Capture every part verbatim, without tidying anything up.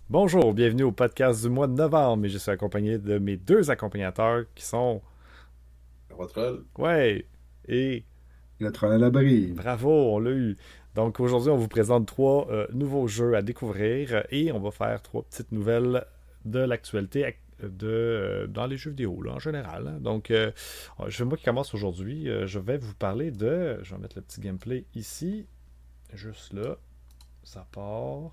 Bonjour, bienvenue au podcast du mois de novembre et je suis accompagné de mes deux accompagnateurs qui sont... Votre Ouais, et Le troll à l'abri. bravo, on l'a eu. Donc aujourd'hui, on vous présente trois euh, nouveaux jeux à découvrir et on va faire trois petites nouvelles de l'actualité ac- de, euh, dans les jeux vidéo là, en général, hein. Donc, euh, je moi qui commence aujourd'hui, euh, je vais vous parler de... Je vais mettre le petit gameplay ici, juste là, ça part.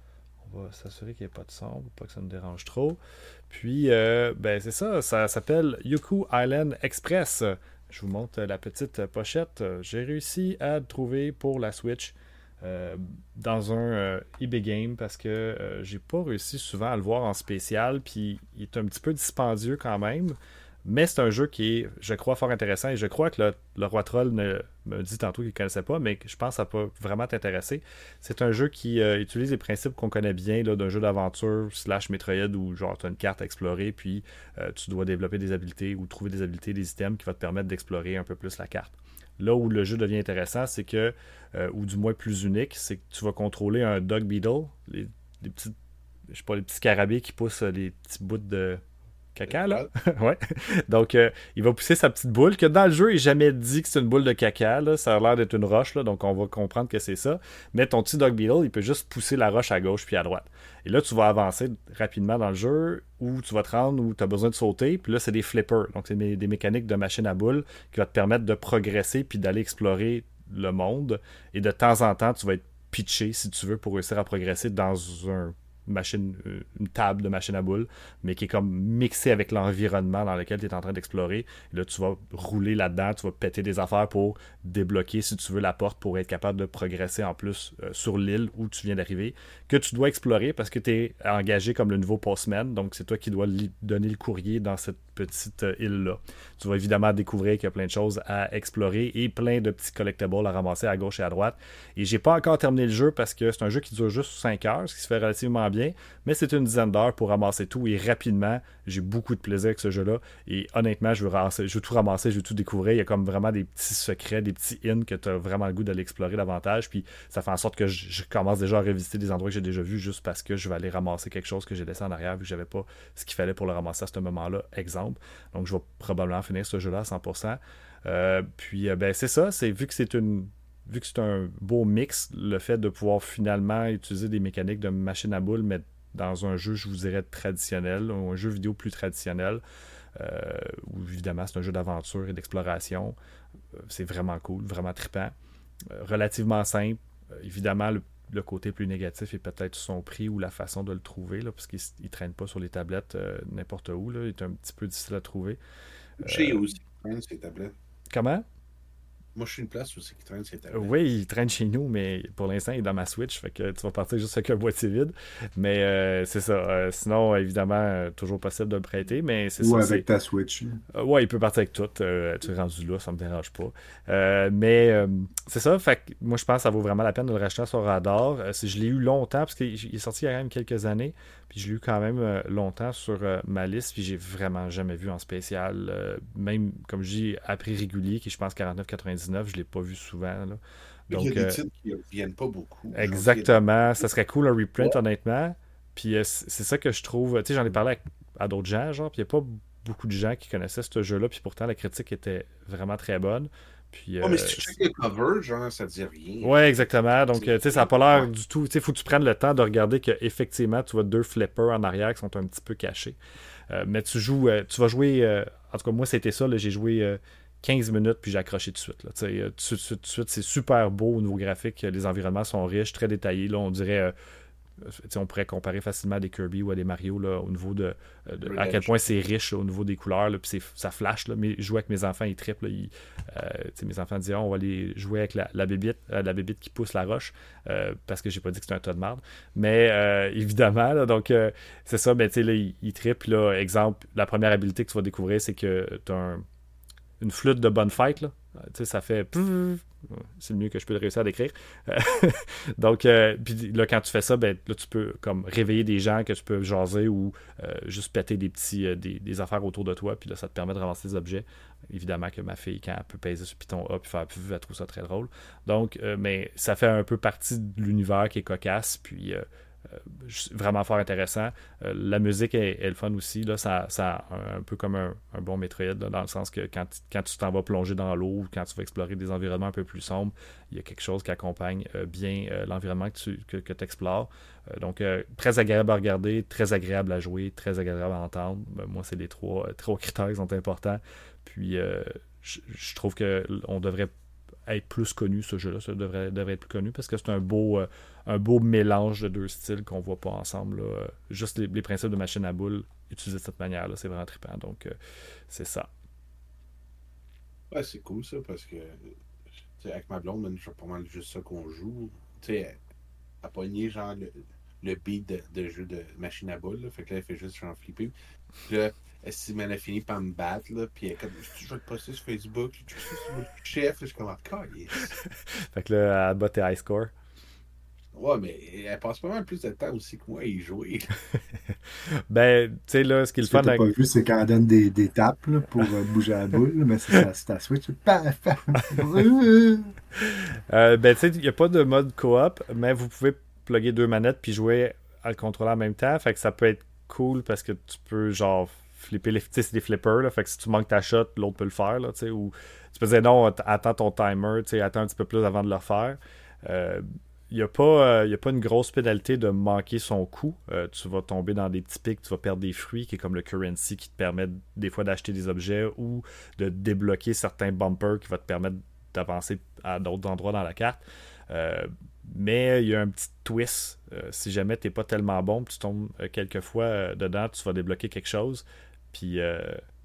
On va s'assurer qu'il n'y ait pas de son, pour pas que ça nous dérange trop. Puis, euh, ben c'est ça, ça s'appelle Yoku Island Express. Je vous montre la petite pochette. J'ai réussi à le trouver pour la Switch euh, dans un euh, eBay Game parce que euh, j'ai pas réussi souvent à le voir en spécial. Puis, il est un petit peu dispendieux quand même. Mais c'est un jeu qui est, je crois, fort intéressant et je crois que le, le Roi Troll ne, me dit tantôt qu'il ne connaissait pas, mais que je pense que ça peut vraiment t'intéresser. C'est un jeu qui euh, utilise les principes qu'on connaît bien là, d'un jeu d'aventure slash Metroid où genre tu as une carte à explorer puis euh, tu dois développer des habiletés ou trouver des habiletés, des items qui vont te permettre d'explorer un peu plus la carte. Là où le jeu devient intéressant, c'est que, euh, ou du moins plus unique, c'est que tu vas contrôler un Dog Beetle, les, les petits, je sais pas, les petits scarabées qui poussent euh, les petits bouts de de caca, là. poil. Ouais. Donc, euh, il va pousser sa petite boule, que dans le jeu, il n'est jamais dit que c'est une boule de caca, là. Ça a l'air d'être une roche, là. Donc, on va comprendre que c'est ça. Mais ton petit Dog Beetle, il peut juste pousser la roche à gauche puis à droite. Et là, tu vas avancer rapidement dans le jeu, où tu vas te rendre, où tu as besoin de sauter. Puis là, c'est des flippers. Donc, c'est des mécaniques de machine à boules qui vont te permettre de progresser puis d'aller explorer le monde. Et de temps en temps, tu vas être pitché, si tu veux, pour réussir à progresser dans un machine, euh, une table de machine à boules, mais qui est comme mixée avec l'environnement dans lequel tu es en train d'explorer. Et là, tu vas rouler là-dedans, tu vas péter des affaires pour débloquer, si tu veux, la porte pour être capable de progresser en plus euh, sur l'île où tu viens d'arriver, que tu dois explorer parce que tu es engagé comme le nouveau postman, donc c'est toi qui dois li- donner le courrier dans cette petite euh, île-là. Tu vas évidemment découvrir qu'il y a plein de choses à explorer et plein de petits collectibles à ramasser à gauche et à droite. Et j'ai pas encore terminé le jeu parce que c'est un jeu qui dure juste cinq heures, ce qui se fait relativement bien, mais c'est une dizaine d'heures pour ramasser tout et rapidement, j'ai beaucoup de plaisir avec ce jeu-là et honnêtement, je veux, ramasser, je veux tout ramasser, je veux tout découvrir. Il y a comme vraiment des petits secrets, des petits hints que tu as vraiment le goût d'aller explorer davantage, puis ça fait en sorte que je, je commence déjà à revisiter des endroits que j'ai déjà vus juste parce que je vais aller ramasser quelque chose que j'ai laissé en arrière vu que j'avais pas ce qu'il fallait pour le ramasser à ce moment-là, exemple. Donc je vais probablement finir ce jeu-là à cent pour cent. Euh, puis euh, ben c'est ça, c'est vu que c'est une vu que c'est un beau mix, le fait de pouvoir finalement utiliser des mécaniques de machine à boules, mais dans un jeu, je vous dirais, traditionnel, ou un jeu vidéo plus traditionnel, euh, où évidemment c'est un jeu d'aventure et d'exploration. Euh, c'est vraiment cool, vraiment trippant. Euh, relativement simple. Euh, évidemment, le, le côté plus négatif est peut-être son prix ou la façon de le trouver, là, parce qu'il ne traîne pas sur les tablettes euh, n'importe où. Là, il est un petit peu difficile à trouver. Euh, Chez aussi, qui traîne ses tablettes. comment? Moi, je suis une place aussi qui traîne ses tablettes. Oui, il traîne chez nous, mais pour l'instant, il est dans ma Switch. Fait que tu vas partir juste avec un boîtier vide. Mais euh, c'est ça. Euh, sinon, évidemment, euh, toujours possible de le prêter. Mais c'est Ou ça. C'est... avec ta Switch. Euh, ouais, il peut partir avec tout. Euh, tu es rendu là, ça me dérange pas. Euh, mais euh, c'est ça. Fait que moi, je pense que ça vaut vraiment la peine de le racheter sur radar. Euh, si je l'ai eu longtemps, parce qu'il est sorti il y a quand même quelques années. Puis je l'ai eu quand même euh, longtemps sur euh, ma liste. Puis j'ai vraiment jamais vu en spécial. Euh, même, comme je dis, à prix régulier, qui est, je pense quarante-neuf quatre-vingt-dix-neuf, je l'ai pas vu souvent, là. Il y a Donc, des euh, titres qui ne reviennent pas beaucoup. Genre, tu sais, exactement. Ça serait cool un reprint, ouais. honnêtement. Puis euh, c'est c'est ça que je trouve. Tu sais, j'en ai parlé avec- à d'autres gens, genre, puis il n'y a pas beaucoup de gens qui connaissaient ce jeu-là, puis pourtant la critique était vraiment très bonne. Puis, Ouais, mais euh, si tu checkes les covers, genre, ça te dit rien, ouais, genre. exactement. Donc, C'est- euh, tu sais, ça n'a pas Ouais. l'air du tout. Tu sais, il faut que tu prennes le temps de regarder qu'effectivement, tu vois deux flippers en arrière qui sont un petit peu cachés. Euh, mais tu joues, euh, tu vas jouer. Euh, en tout cas, moi, c'était ça. Là, j'ai joué euh, quinze minutes, puis j'ai accroché tout de suite. Là, tu sais, euh, tout de suite, tout de suite, c'est super beau au niveau graphique. Les environnements sont riches, très détaillés. Là, on dirait. Euh, T'sais, on pourrait comparer facilement à des Kirby ou à des Mario là, au niveau de, euh, de- à quel Redemption. point c'est riche là, au niveau des couleurs, là, puis c'est- ça flash. Là, mais jouer avec mes enfants, ils trippent. Là, ils, euh, t'sais, mes enfants disent ah, on va aller jouer avec la, la bébite, euh, la bébite qui pousse la roche, euh, parce que j'ai pas dit que c'était un tas de marde. Mais euh, évidemment, là, donc euh, c'est ça, ben, là, ils, ils trippent. Puis là, exemple, la première habilité que tu vas découvrir, c'est que tu as un, une flûte de bonne fête, là. Euh, tu sais, ça fait... C'est le mieux que je peux le réussir à décrire. Euh, Donc, euh, puis là, quand tu fais ça, ben, là, tu peux comme réveiller des gens que tu peux jaser ou euh, juste péter des petits euh, des, des affaires autour de toi, puis là, ça te permet de ramasser des objets. Évidemment que ma fille, quand elle peut peser sur Python A puis faire puis elle trouve ça très drôle. Donc, euh, mais ça fait un peu partie de l'univers qui est cocasse, puis euh, euh, vraiment fort intéressant. Euh, la musique est, est le fun aussi. Là, ça, ça un, un peu comme un, un bon Metroid, là, dans le sens que quand, quand tu t'en vas plonger dans l'eau ou quand tu vas explorer des environnements un peu plus sombres, il y a quelque chose qui accompagne euh, bien euh, l'environnement que tu que, que explores. Euh, donc, euh, très agréable à regarder, très agréable à jouer, très agréable à entendre. Ben, moi, c'est les trois, euh, trois critères qui sont importants. Puis, euh, je, je trouve qu'on devrait être plus connu, ce jeu-là. Ça devrait, devrait être plus connu parce que c'est un beau, euh, un beau mélange de deux styles qu'on voit pas ensemble. Là. Juste les, les principes de machine à boules utilisés de cette manière-là, c'est vraiment trippant. Donc, euh, c'est ça. Ouais, c'est cool ça parce que avec ma blonde, man, c'est pas mal juste ça qu'on joue. Tu sais, à pogner genre le, le beat de, de jeu de machine à boules. Là. Fait que là, elle fait juste genre flipper. Puis là, elle a fini par me battre, là, puis elle est comme, je vais te poster sur Facebook, je suis sur le chef, je suis comme, ah, yes. Fait que là, elle bat tes high score. Ouais, mais elle passe pas mal plus de temps aussi que moi à y jouer. Ben, tu sais, là, ce qui est le fun. Ce que t'as avec... pas vu, c'est quand elle donne des, des tapes là, pour euh, bouger la boule, là, mais c'est ta Switch. Paf, paf. euh, ben, tu sais, il n'y a pas de mode coop, mais vous pouvez plugger deux manettes puis jouer à le contrôler en même temps. Fait que ça peut être cool parce que tu peux, genre, flipper les. Tu sais, c'est des flippers, là. Fait que si tu manques ta shot, l'autre peut le faire, là, tu sais. Ou tu peux dire non, attends ton timer, tu sais, attends un petit peu plus avant de le refaire. Euh, Il n'y a, euh, a pas une grosse pénalité de manquer son coup. Euh, tu vas tomber dans des petits pics, tu vas perdre des fruits, qui est comme le currency qui te permet des fois d'acheter des objets ou de débloquer certains bumpers qui vont te permettre d'avancer à d'autres endroits dans la carte. Euh, mais il y a un petit twist. Euh, si jamais tu n'es pas tellement bon, tu tombes euh, quelques fois euh, dedans, tu vas débloquer quelque chose. Puis... Euh,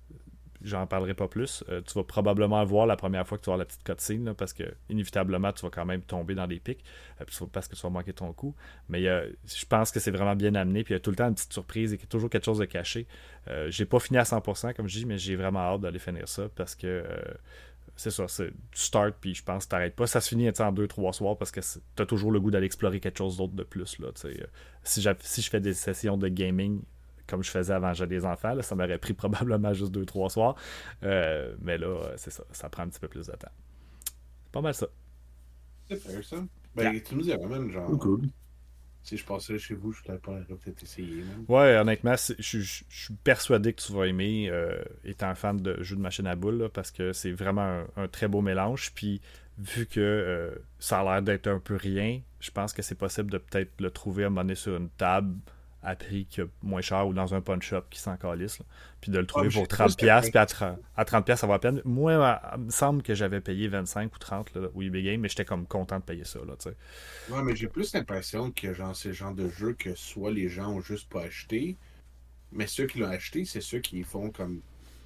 j'en parlerai pas plus. Euh, tu vas probablement le voir la première fois que tu vas avoir la petite cutscene, là, parce que inévitablement, tu vas quand même tomber dans des pics euh, parce que tu vas manquer ton coup. Mais euh, je pense que c'est vraiment bien amené. Puis il y a tout le temps une petite surprise et toujours quelque chose de caché. Euh, j'ai pas fini à cent pour cent, comme je dis, mais j'ai vraiment hâte d'aller finir ça parce que euh, c'est ça, c'est, tu start puis je pense que tu t'arrêtes pas. Ça se finit en deux trois soirs parce que tu as toujours le goût d'aller explorer quelque chose d'autre de plus. Là, euh, si, si je fais des sessions de gaming comme je faisais avant j'ai des enfants, là, ça m'aurait pris probablement juste deux trois soirs. Euh, mais là, c'est ça. Ça prend un petit peu plus de temps. C'est pas mal ça. C'est fair, ça. Ben, yeah. Tu me dirais, même, genre... Oh, cool. Si je passais chez vous, je t'aurais pas peut-être essayé, même. Ouais, honnêtement, je suis persuadé que tu vas aimer, euh, étant fan de jeux de machine à boules, là, parce que c'est vraiment un, un très beau mélange. Puis, vu que euh, ça a l'air d'être un peu rien, je pense que c'est possible de peut-être le trouver à un moment donné sur une table à prix qui est moins cher ou dans un punch shop qui s'en calisse. Là. Puis de le trouver oh, pour trente dollars, puis à trente dollars, ça va à peine. Moi, il me semble que j'avais payé vingt-cinq ou trente là, au eBay Game, mais j'étais comme content de payer ça. Là, t'sais. Ouais, mais j'ai plus l'impression que genre, c'est le genre de jeu que soit les gens ont juste pas acheté, mais ceux qui l'ont acheté, c'est ceux qui font comme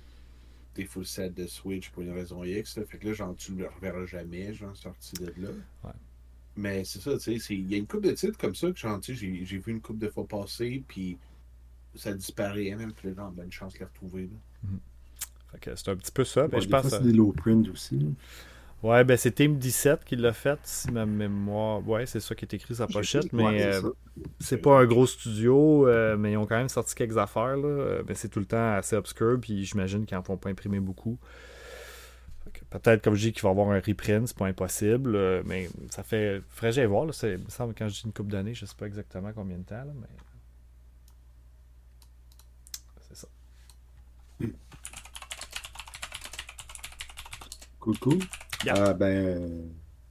des full sets de Switch pour une raison X. Là. Fait que là, genre, tu ne le reverras jamais, genre, sorti de là. Ouais. Mais c'est ça, tu sais, il y a une couple de titres comme ça que genre, tu sais, j'ai, j'ai vu une couple de fois passer, puis ça disparaît, même, puis là, on a une chance de les retrouver. Là. Mm-hmm. Fait que c'est un petit peu ça, ouais, mais je pense... c'est des low print aussi. Là. Ouais, ben c'est Team dix-sept qui l'a fait, si ma mémoire... Ouais, c'est ça qui est écrit sur la pochette, mais ouais, c'est, euh, c'est pas un gros studio, euh, mais ils ont quand même sorti quelques affaires, là. Mais c'est tout le temps assez obscur, puis j'imagine qu'ils en font pas imprimer beaucoup. Peut-être, comme je dis, qu'il va y avoir un reprint, c'est pas impossible, euh, mais ça fait... Faudrait que j'aille voir, là, c'est... il me semble quand je dis une couple d'années, je sais pas exactement combien de temps, là, mais... C'est ça. Cool, cool. Yeah. Ah, ben...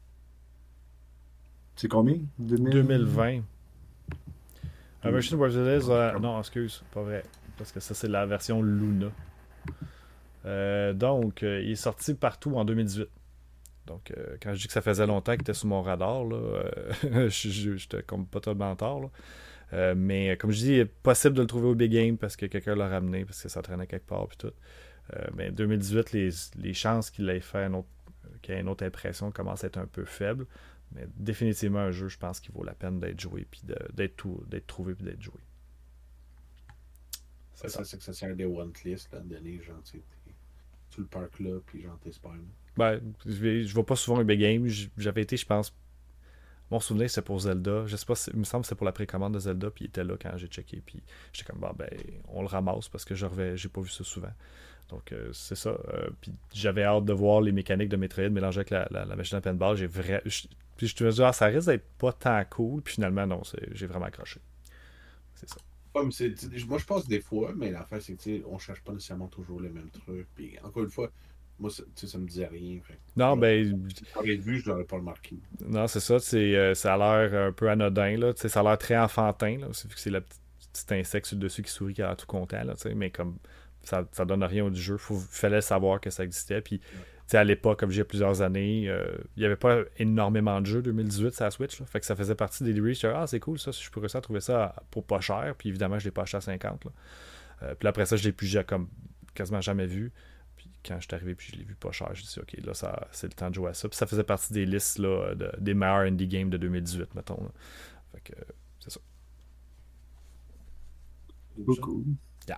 C'est combien? deux mille... deux mille vingt. Un Version Brazilian, euh, non, excuse, pas vrai, parce que ça, c'est la version Luna. Euh, donc, euh, il est sorti partout en deux mille dix-huit. Donc, euh, quand je dis que ça faisait longtemps qu'il était sur mon radar, là, euh, j'étais comme pas tellement tard. Là. Euh, mais comme je dis, il est possible de le trouver au Big Game parce que quelqu'un l'a ramené, parce que ça traînait quelque part. Puis tout. Euh, mais deux mille dix-huit, les, les chances qu'il ait fait un autre, qu'il y ait une autre impression commencent à être un peu faibles. Mais définitivement, un jeu, je pense qu'il vaut la peine d'être joué, puis de, d'être, tout, d'être trouvé, puis d'être joué. C'est ça, ça, c'est que ça sert des one list, là, donner, genre, tu sais, tout le parc là, puis genre, t'espères. Ben, je vais, je vais pas souvent au Big Game. J'avais été, je pense, mon souvenir, c'est pour Zelda. Je sais pas, il me semble que c'est pour la précommande de Zelda, puis il était là quand j'ai checké, puis j'étais comme, bah, ben, on le ramasse parce que je revais, j'ai pas vu ça souvent. Donc, euh, c'est ça. Euh, puis j'avais hâte de voir les mécaniques de Metroid mélangées avec la, la, la machine à pinball. J'ai vrai... Puis je te me dis, ah, ça risque d'être pas tant cool, puis finalement, non, c'est... j'ai vraiment accroché. c'est ça. Comme c'est, tu sais, moi, je passe des fois, mais l'affaire, c'est que tu sais, on cherche pas nécessairement toujours les mêmes trucs. Puis, encore une fois, moi, ça, tu sais, ça me disait rien. Fait que Non, j'aurais ben, j'aurais vu, je l'aurais pas remarqué. non, c'est ça. C'est, euh, ça a l'air un peu anodin, là. Tu sais, ça a l'air très enfantin, là. C'est vu que c'est le petit, petit insecte sur le dessus qui sourit qui a l'air tout content, là, tu sais. Mais comme ça, ça donne rien au jeu, il fallait savoir que ça existait. Puis, tu Ouais. sais, à l'époque, comme j'ai plusieurs années, euh, il n'y avait pas énormément de jeux deux mille dix-huit sur la Switch, là. Fait que ça faisait partie des releases. Ah, c'est cool, ça. Si je pourrais ça, trouver ça pour pas cher. Puis, évidemment, je l'ai pas acheté à cinquante, là. Euh, puis après ça, je l'ai plus j'ai comme quasiment jamais vu. Puis quand je suis arrivé puis je l'ai vu pas cher, j'ai dit ok, là ça, c'est le temps de jouer à ça. Puis ça faisait partie des listes là, de- des meilleurs indie games de deux mille dix-huit, mettons. Là. Fait que euh, c'est ça. Cool, ça. Beaucoup. Yeah.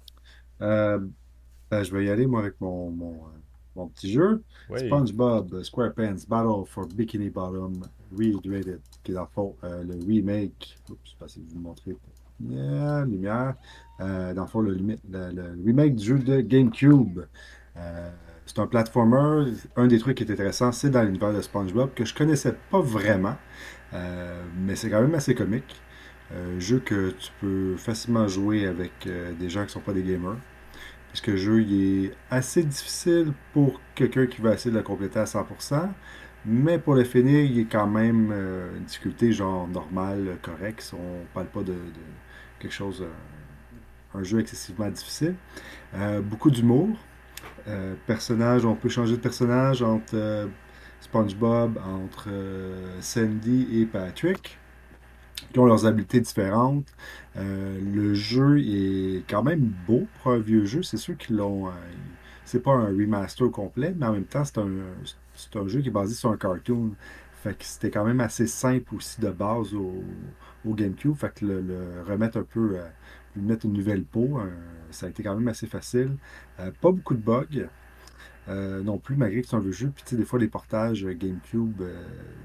Euh, ben, je vais y aller, moi, avec mon, mon, euh, mon petit jeu. Oui. SpongeBob SquarePants Battle for Bikini Bottom Rehydrated, qui est dans le fond euh, le remake. Oups, je sais pas si vous montrer. Yeah, lumière. Euh, dans le fond, le, limi- le- le remake du jeu de GameCube. Euh, c'est un platformer. Un des trucs qui est intéressant, c'est dans l'univers de SpongeBob, que je connaissais pas vraiment, euh, mais c'est quand même assez comique. Euh, jeu que tu peux facilement jouer avec euh, des gens qui sont pas des gamers. Parce que le jeu il est assez difficile pour quelqu'un qui va essayer de le compléter à cent pour cent. Mais pour le finir, il est quand même euh, une difficulté genre normale, correcte. On parle pas de, de quelque chose, euh, un jeu excessivement difficile. Euh, beaucoup d'humour. Euh, personnage, on peut changer de personnage entre euh, SpongeBob, entre euh, Sandy et Patrick, qui ont leurs habiletés différentes. Euh, le jeu est quand même beau pour un vieux jeu. C'est sûr qu'ils l'ont. euh, c'est pas un remaster complet, mais en même temps, c'est un, c'est un jeu qui est basé sur un cartoon. Fait que c'était quand même assez simple aussi de base au, au GameCube. Fait que le, le remettre un peu, euh, lui mettre une nouvelle peau, euh, ça a été quand même assez facile. Euh, pas beaucoup de bugs. Euh, non plus, malgré que c'est un vieux jeu. Puis, tu sais, des fois, les portages euh, GameCube, euh,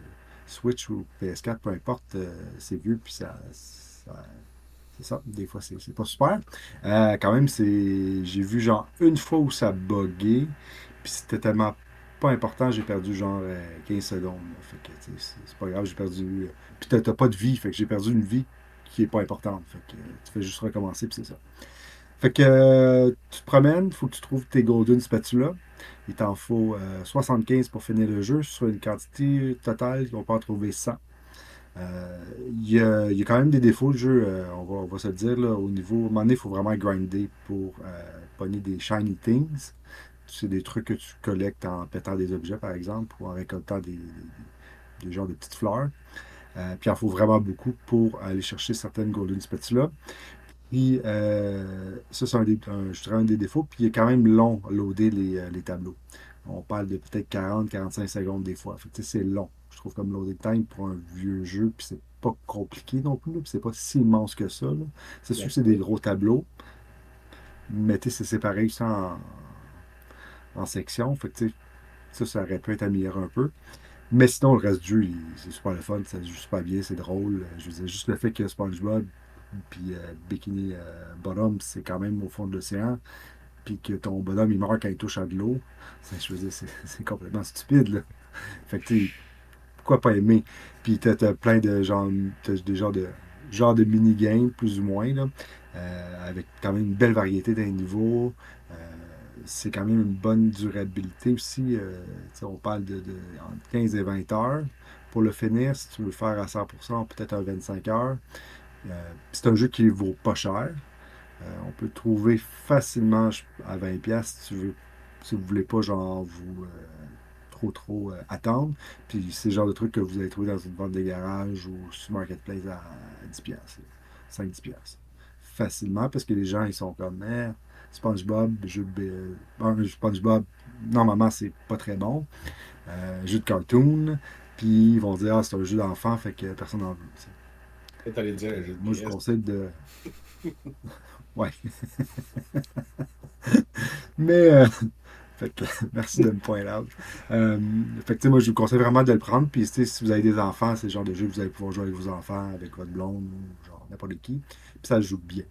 Switch ou P S quatre, peu importe, euh, c'est vieux, puis ça, ça- c'est ça. Des fois, c'est c'est pas super. Euh, quand même, c'est, j'ai vu genre une fois où ça bugué, puis c'était tellement pas important, j'ai perdu genre euh, quinze secondes. Là. Fait que, tu sais, c'est c'est pas grave, j'ai perdu. euh, Puis t'as t'as pas de vie, fait que j'ai perdu une vie qui est pas importante. Fait que euh, tu fais juste recommencer, puis c'est ça. Fait que euh, tu te promènes, il faut que tu trouves tes Golden Spatula. Il t'en faut euh, soixante-quinze pour finir le jeu sur une quantité totale, on peut en trouver cent. Euh, Il y, a, il y a quand même des défauts, le jeu, euh, on va, on va se le dire, là, au niveau, à un moment donné, il faut vraiment grinder pour euh, pogner des shiny things. C'est des trucs que tu collectes en pétant des objets, par exemple, ou en récoltant des, des, des genres de petites fleurs. Euh, puis il en faut vraiment beaucoup pour aller chercher certaines Golden Spatula. Puis, euh, ça, c'est un des, un- je dirais un des défauts. Puis, il est quand même long à loader les, euh, les tableaux. On parle de peut-être quarante à quarante-cinq secondes des fois. Fait que, tu sais, c'est long, je trouve, comme loading time pour un vieux jeu. Puis, c'est pas compliqué non plus. Là, puis, c'est pas si immense que ça. Là. C'est sûr Yeah. que c'est des gros tableaux. Mais, tu sais, c'est séparé ça en, en sections. Fait que, tu sais, ça, ça aurait pu être amélioré un peu. Mais sinon, le reste du jeu, il- c'est super le fun. Ça se joue super bien. C'est drôle. Je veux dire, juste le fait que SpongeBob puis euh, Bikini euh, Bottom, c'est quand même au fond de l'océan. Puis que ton bonhomme il meurt quand il touche à de l'eau, ça, je veux dire, c'est c'est complètement stupide, là. Fait que, tu sais, pourquoi pas aimer? Puis t'as t'as plein de genre, t'as des genres de, genres de mini-games, plus ou moins, là, euh, avec quand même une belle variété d'un niveau. Euh, c'est quand même une bonne durabilité aussi. Euh, tu sais, on parle de, de entre quinze et vingt heures pour le finir. Si tu veux le faire à cent pour cent, peut-être un vingt-cinq heures. Euh, c'est un jeu qui vaut pas cher. Euh, on peut le trouver facilement à vingt pièces si tu veux, si vous voulez pas genre vous euh, trop trop euh, attendre. Puis c'est le genre de truc que vous allez trouver dans une vente de garage ou sur Marketplace à dix pièces, cinq dix pièces. Facilement parce que les gens ils sont comme eh, SpongeBob, jeu de euh, bon, SpongeBob normalement c'est pas très bon. Euh, jeu de cartoon, puis ils vont dire ah c'est un jeu d'enfant fait que personne n'en veut. Tu sais. Peut-être aller dire un Euh, jeu de moi je vous pièces. conseille de ouais. Mais euh, fait que, merci de me pointer out. Euh, fait que, tu sais, moi, je vous conseille vraiment de le prendre. Puis, tu sais, si vous avez des enfants, c'est le genre de jeu que vous allez pouvoir jouer avec vos enfants, avec votre blonde, ou genre n'importe qui. Puis, ça se joue bien.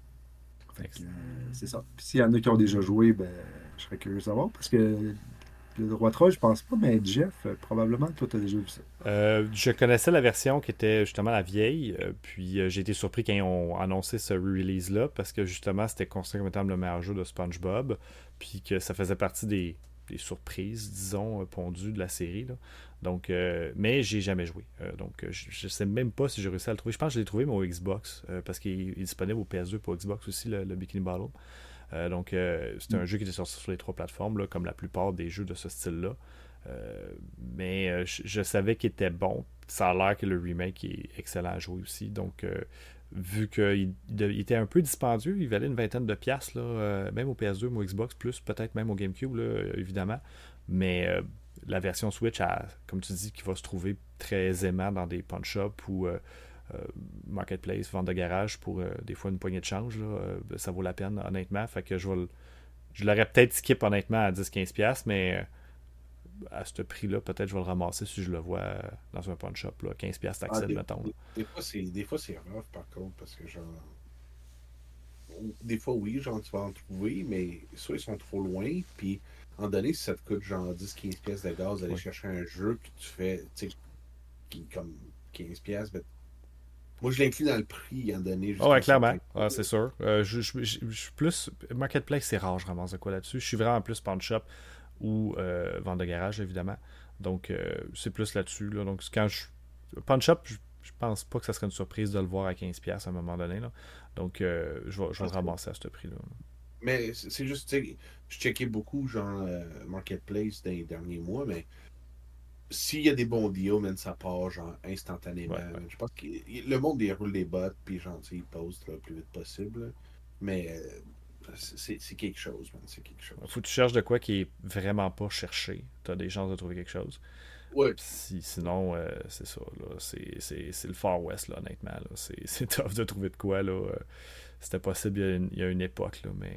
Fait que, euh, c'est ça. Puis, s'il y en a qui ont déjà joué, ben, je serais curieux de savoir. Parce que le Roi Troll, je pense pas, mais Jeff, euh, probablement, toi, t'as déjà vu ça. Euh, je connaissais la version qui était justement la vieille, euh, puis euh, j'ai été surpris quand ils ont annoncé ce re-release-là, parce que justement c'était considéré comme étant le meilleur jeu de SpongeBob, puis que ça faisait partie des, des surprises, disons, euh, pondues de la série. Là. Donc, euh, mais j'ai jamais joué. Euh, donc, euh, je, je sais même pas si j'ai réussi à le trouver. Je pense que je l'ai trouvé, mais au Xbox, euh, parce qu'il est disponible au P S deux pour Xbox aussi, le, le Bikini Bottle. Euh, donc, euh, c'était un jeu qui était sorti sur les trois plateformes, là, comme la plupart des jeux de ce style-là. Euh, mais euh, je, je savais qu'il était bon. Ça a l'air que le remake est excellent à jouer aussi. Donc, euh, vu qu'il il était un peu dispendieux, il valait une vingtaine de piastres, là, euh, même au P S deux, au Xbox, plus peut-être même au GameCube, là, évidemment. Mais euh, la version Switch, a, comme tu dis, qui va se trouver très aisément dans des pawn-shops ou euh, euh, marketplace, vente de garage pour euh, des fois une poignée de change. Là, euh, ça vaut la peine, honnêtement. Fait que je, vais le- je l'aurais peut-être skip, honnêtement, à dix quinze piastres, mais euh, à ce prix-là, peut-être je vais le ramasser si je le vois euh, dans un pawn shop. Là, quinze piastres Ah, d'accès, des, mettons. Là. des, des fois, c'est, des fois, c'est rough, par contre, parce que, genre, des fois, oui, genre, tu vas en trouver, mais soit ils sont trop loin, puis, en donné, si ça te coûte, genre, dix quinze pièces de gaz d'aller Oui. chercher un jeu que tu fais, tu sais, qui est comme quinze pièces, ben, moi, je l'inclus dans le prix, en donné, Oh, jusqu'à ouais, un clairement. certain Ah, prix. c'est sûr. Euh, je, je- je- je suis plus. Marketplace, c'est rare, je ramasse de quoi là-dessus. Je suis vraiment plus pawn shop ou euh, vente de garage, évidemment. Donc, euh, c'est plus là-dessus. Là. Donc, quand je. Pawn shop, je, je pense pas que ça serait une surprise de le voir à quinze piastres à un moment donné. Là. Donc, euh, je, vais, je vais Ah, le c'est bon. ramasser à ce prix-là. Mais c'est c'est juste, tu sais, je checkais beaucoup, genre, euh, Marketplace dans les derniers mois, mais s'il y a des bons deals, man, ça part, genre, instantanément. Ouais, ouais. Man. Je pense que le monde déroule des bottes, puis, genre, tu sais, ils postent là, le plus vite possible. Là. Mais euh, c'est c'est quelque chose, man, c'est quelque chose. Faut que tu cherches de quoi qui est vraiment pas cherché. Tu as des chances de trouver quelque chose. Ouais. Si, sinon, euh, c'est ça. Là. C'est, c'est, c'est le Far West, là, honnêtement. Là. C'est, c'est tough de trouver de quoi. Là. Euh, C'était possible il y a une, il y a une époque, là, mais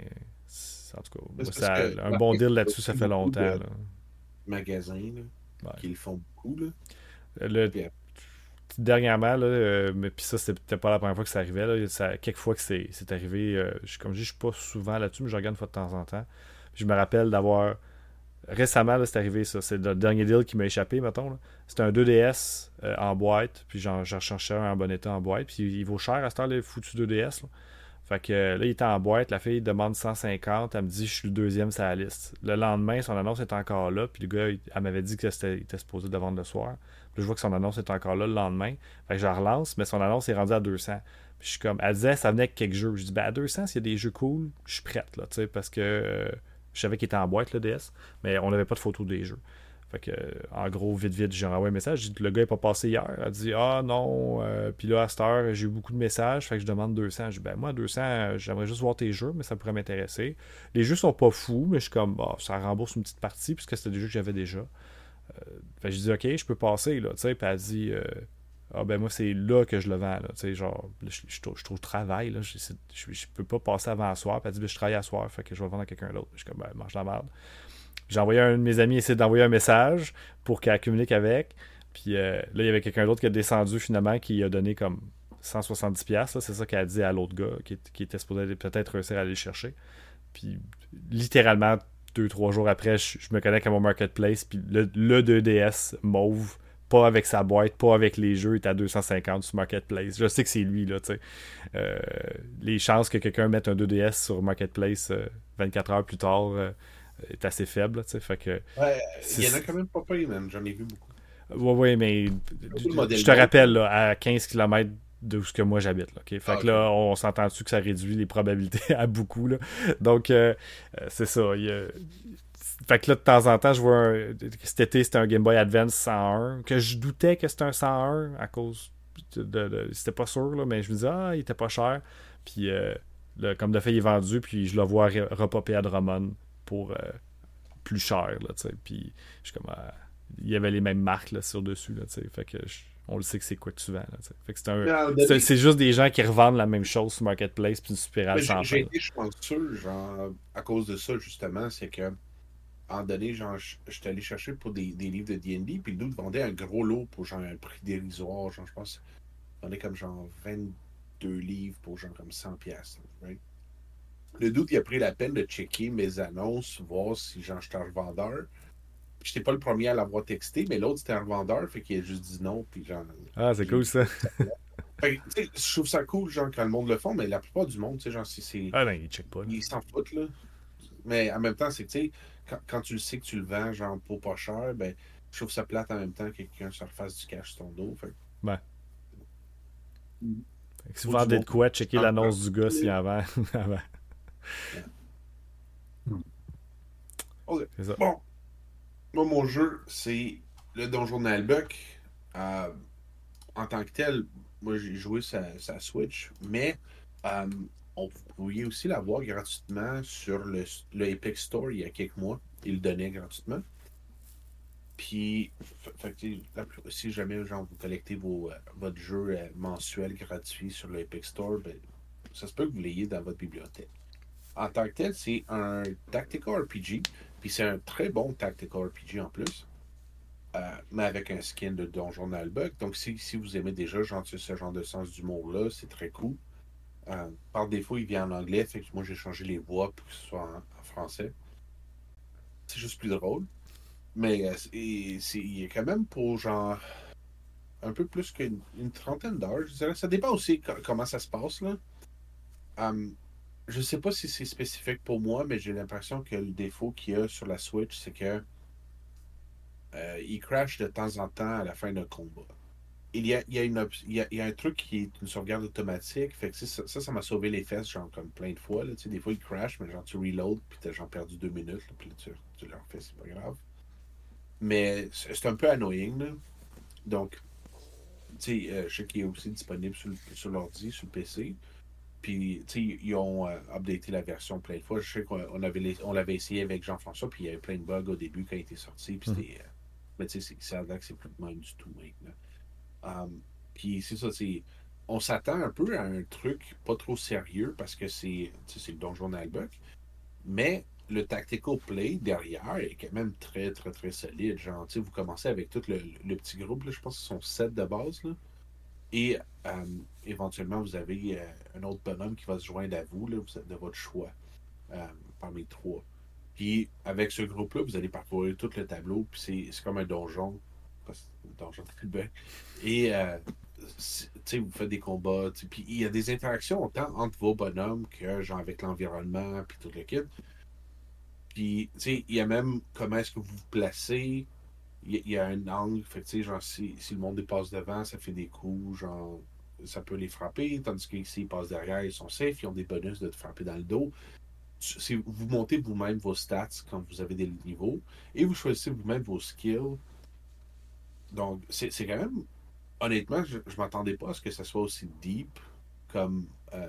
en tout cas, moi, C'est parce ça, que un bon Marketplace, deal il y a là-dessus, ça aussi fait beaucoup longtemps. de Là. magasins là, Ouais. qui le font beaucoup. Là. Le, Puis, dernièrement, là, euh, mais puis ça, c'était peut-être pas la première fois que ça arrivait. Là, ça, quelques fois que c'est, c'est arrivé. Euh, je, comme je dis, je suis pas souvent là-dessus, mais je regarde une fois de temps en temps. Puis je me rappelle d'avoir. Récemment, là, c'est arrivé ça. C'est le dernier deal qui m'a échappé, mettons. Là. C'était un deux D S euh, en boîte. Puis j'en, j'en cherchais un en bon état en boîte. Puis il vaut cher à cette heure, le foutu deux D S. Là. Fait que euh, là, il était en boîte. La fille demande cent cinquante. Elle me dit, je suis le deuxième sur la liste. Le lendemain, son annonce est encore là. Puis le gars, il- elle m'avait dit que c'était, il était supposé de la vendre le soir. Puis je vois que son annonce est encore là le lendemain. Fait que je la relance, mais son annonce est rendue à deux cents. Puis je suis comme, elle disait, ça venait avec quelques jeux. Je dis, ben à deux cents, s'il y a des jeux cool, je suis prête, là, tu sais, parce que euh, je savais qu'il était en boîte, le D S, mais on n'avait pas de photo des jeux. Fait que, euh, en gros, vite, vite, j'ai envoyé un message. J'ai dit, le gars n'est pas passé hier. Elle dit, ah non. Euh, puis là, à cette heure, j'ai eu beaucoup de messages. Fait que je demande deux cents. Je dis, ben moi, deux cents, euh, j'aimerais juste voir tes jeux, mais ça pourrait m'intéresser. Les jeux sont pas fous, mais je suis comme, bah, ça rembourse une petite partie, puisque c'était des jeux que j'avais déjà. Euh, fait que je dis, ok, je peux passer, là. Tu sais, puis elle dit, euh, ah ben moi, c'est là que je le vends, là. Tu sais, genre, je, je, je, trouve- je trouve travail, là. Je, je, je peux pas passer avant à soir. Puis elle dit, ben, je travaille à soir, fait que je vais le vendre à quelqu'un d'autre. Je suis comme, ben, mange la merde. J'ai envoyé à un de mes amis essayer d'envoyer un message pour qu'elle communique avec. Puis euh, là, il y avait quelqu'un d'autre qui a descendu finalement, qui a donné comme cent soixante-dix piastres. C'est ça qu'elle a dit à l'autre gars qui, qui était supposé peut-être réussir à aller le chercher. Puis littéralement, deux, trois jours après, je, je me connecte à mon marketplace. Puis le, le deux D S mauve, pas avec sa boîte, pas avec les jeux, est à deux cent cinquante sur marketplace. Je sais que c'est lui, là, tu sais. Euh, les chances que quelqu'un mette un deux D S sur marketplace euh, vingt-quatre heures plus tard. Euh, est assez faible, tu sais, fait que... ouais, il y en c'est- a quand même pas peur, man. J'en ai vu beaucoup. Ouais, ouais, mais Surtout le modèle je te Note, rappelle, là. là, à quinze kilomètres de où ce que moi j'habite, là, ok? Fait Ah, que ok. là, on s'entend dessus que ça réduit les probabilités à beaucoup, là. Donc, euh, euh, c'est ça, il y a- fait que là, de temps en temps, je vois un... Cet été, c'était un Game Boy Advance cent un, que je doutais que c'était un cent un à cause de... de- de- C'était pas sûr, là, mais je me disais, ah, il était pas cher. Puis, euh, le- comme de fait, il est vendu, puis je le vois re- repopper à Drummond pour... euh, plus cher, là, tu sais. Puis, je suis comme, euh, il y avait les mêmes marques, là, sur dessus, là, tu sais. Fait que, je- on le sait que c'est quoi que tu vends, là, tu sais. Fait que c'est un, Mais en c'est, donné, c'est juste des gens qui revendent la même chose sur Marketplace, puis une spirale mais j'ai sans j'ai fin, là. été chanceux, genre, à cause de ça, justement, c'est que, en donné, genre, je je suis allé chercher pour des, des livres de D and D, puis le dude vendait un gros lot pour, genre, un prix dérisoire, genre, je pense, il vendait comme, genre, vingt-deux livres pour, genre, comme cent piastres, right? Le doute, il a pris la peine de checker mes annonces, voir si j'en j'étais un vendeur. j'étais pas le premier à l'avoir texté, mais l'autre, c'était un revendeur, fait qu'il a juste dit non, puis genre... Ah, c'est j'ai- cool ça. Fait que, tu sais, je trouve ça cool, genre, quand le monde le font, mais la plupart du monde, tu sais, genre, c'est... c'est- Ah non, il check pas, là. Ils s'en foutent, là. Mais en même temps, c'est que, tu sais, quand, quand tu le sais que tu le vends, genre, pour pas cher, ben, je trouve ça plate en même temps que quelqu'un se refasse du cash sur ton dos, fait que, Ouais. mm, Fait que si vous faut du vendez monde. de quoi, checker En même l'annonce du gars temps, s'il en vend avant. ouais. Hmm. Ok. C'est ça. Bon, moi, mon jeu, c'est le Donjon de Nalbuck. Euh, en tant que tel, moi, j'ai joué sa, sa Switch, mais euh, on pouvait aussi l'avoir gratuitement sur le, le Epic Store il y a quelques mois. Ils le donnaient gratuitement. Puis, fait- fait que, tu sais, la plus- si jamais genre, vous collectez vos, euh, votre jeu euh, mensuel gratuit sur le Epic Store, ben, ça se peut que vous l'ayez dans votre bibliothèque. En tant que tel, c'est un Tactical R P G, puis c'est un très bon Tactical R P G en plus, euh, mais avec un skin de Donjon Nalbuck. Donc, si, si vous aimez déjà genre, ce genre de sens d'humour-là, c'est très cool. Euh, par défaut, il vient en anglais, fait que moi j'ai changé les voix pour que ce soit en, en français. C'est juste plus drôle. Mais euh, c'est, c'est- il est quand même pour genre un peu plus qu'une une trentaine d'heures, je dirais. Ça dépend aussi co- comment ça se passe, là. Hum, je sais pas si c'est spécifique pour moi, mais j'ai l'impression que le défaut qu'il y a sur la Switch, c'est que euh, il crash de temps en temps à la fin d'un combat. Il y a, il y a une op- il y a, il y a un truc qui est une sauvegarde automatique. Fait que ça, ça, ça m'a sauvé les fesses, genre, comme plein de fois. Là. Tu sais, des fois, il crash, mais genre, tu reload, puis t'as genre perdu deux minutes, là, puis là, tu, tu le refais, c'est pas grave. Mais c'est c'est un peu annoying, là. Donc, tu sais, euh, je sais qu'il est aussi disponible sur, le- sur l'ordi, sur le P C. Puis, tu sais, ils ont euh, updaté la version plein de fois. Je sais qu'on on avait les- on l'avait essayé avec Jean-François, puis il y avait plein de bugs au début quand il était sorti. Puis Mhm. c'était. euh, mais tu sais, c'est c'est vrai que c'est plus de même du tout maintenant. Um, puis c'est ça, c'est. On s'attend un peu à un truc pas trop sérieux parce que c'est tu sais, c'est le Donjon Nalbuck. Mais le tactical play derrière est quand même très, très, très solide. Genre, tu sais, vous commencez avec tout le, le petit groupe, là, je pense qu'ils sont sept de base. Là. Et euh, éventuellement, vous avez euh, un autre bonhomme qui va se joindre à vous, là, vous êtes de votre choix, euh, parmi les trois. Puis avec ce groupe-là, vous allez parcourir tout le tableau, puis c'est c'est comme un donjon, parce que c'est un donjon de Québec. Et euh, c'est- tu sais, vous faites des combats, tu sais, puis il y a des interactions autant entre vos bonhommes que genre avec l'environnement, puis tout le kit. Puis, tu sais, il y a même comment est-ce que vous vous placez. Il y, a il y a un angle, fait que, tu sais, genre, si, si le monde dépasse devant, ça fait des coups, genre, ça peut les frapper. Tandis que s'ils passent derrière, ils sont safe, ils ont des bonus de te frapper dans le dos. Si vous montez vous-même vos stats quand vous avez des niveaux et vous choisissez vous-même vos skills. Donc, c'est c'est quand même, honnêtement, je, je m'attendais pas à ce que ça soit aussi deep comme. euh,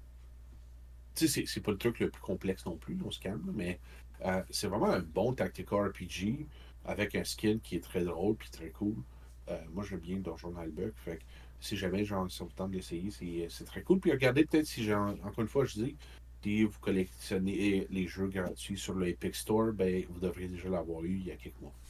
tu sais, c'est c'est pas le truc le plus complexe non plus, on se calme, mais euh, c'est vraiment un bon tactical R P G avec un skill qui est très drôle puis très cool. Euh, moi, j'aime bien Donjon Nalbuck, fait que si jamais genre, ça vous tente d'essayer, c'est c'est très cool. Puis regardez peut-être si, genre, encore une fois, je dis, si vous collectionnez les jeux gratuits sur le Epic Store, ben, vous devriez déjà l'avoir eu il y a quelques mois.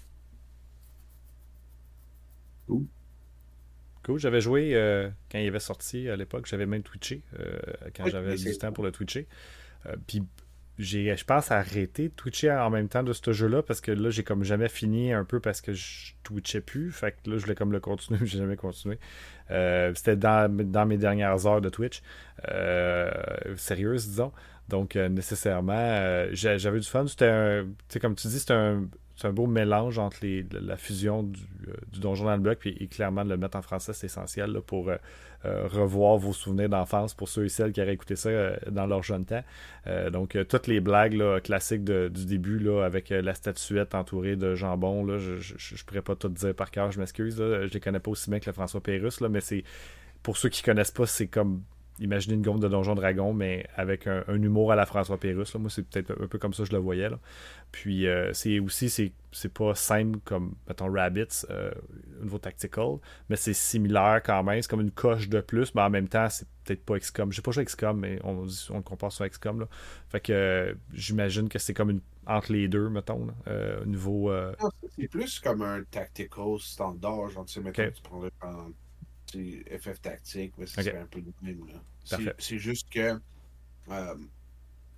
Cool. Cool, j'avais joué euh, quand il avait sorti à l'époque, j'avais même twitché euh, quand Oui, j'avais mais du c'est temps pour le twitcher. Euh, Puis j'ai, je pense, arrêté de twitcher en même temps de ce jeu-là parce que là, j'ai comme jamais fini un peu parce que je twitchais plus. Fait que là, je voulais comme le continuer, mais j'ai jamais continué. Euh, c'était dans, dans mes dernières heures de Twitch. Euh, sérieuses, disons. Donc, euh, nécessairement, euh, j'a- j'avais du fun. C'était un, tu sais, comme tu dis, c'était un, c'est un beau mélange entre les, la fusion du, euh, du Donjon dans le bloc et, et clairement de le mettre en français, c'est essentiel là, pour euh, euh, revoir vos souvenirs d'enfance pour ceux et celles qui auraient écouté ça euh, dans leur jeune temps. Euh, donc, euh, toutes les blagues là, classiques de- du début là, avec euh, la statuette entourée de jambon, là, je ne pourrais pas tout dire par cœur, je m'excuse. Là, je les connais pas aussi bien que le François Pérusse, là, mais c'est pour ceux qui connaissent pas, c'est comme imaginer une gomme de Donjon Dragon, mais avec un, un humour à la François Pérusse. Là. Moi, c'est peut-être un peu comme ça que je le voyais. Là. Puis, euh, c'est aussi, c'est, c'est pas simple comme, mettons, Rabbids, euh, au niveau tactical, mais c'est similaire quand même. C'est comme une coche de plus, mais en même temps, c'est peut-être pas X COM. J'ai pas joué à X COM, mais on, on le compare sur X COM. Là. Fait que euh, j'imagine que c'est comme une entre les deux, mettons, là, euh, au niveau. Euh... Non, c'est plus comme un tactical standard. Genre, tu sais, mettons Ok, que tu prendrais en tu sais, F F tactique, mais ce ok, serait un peu le même. Là. C'est parfait. c'est juste que. euh,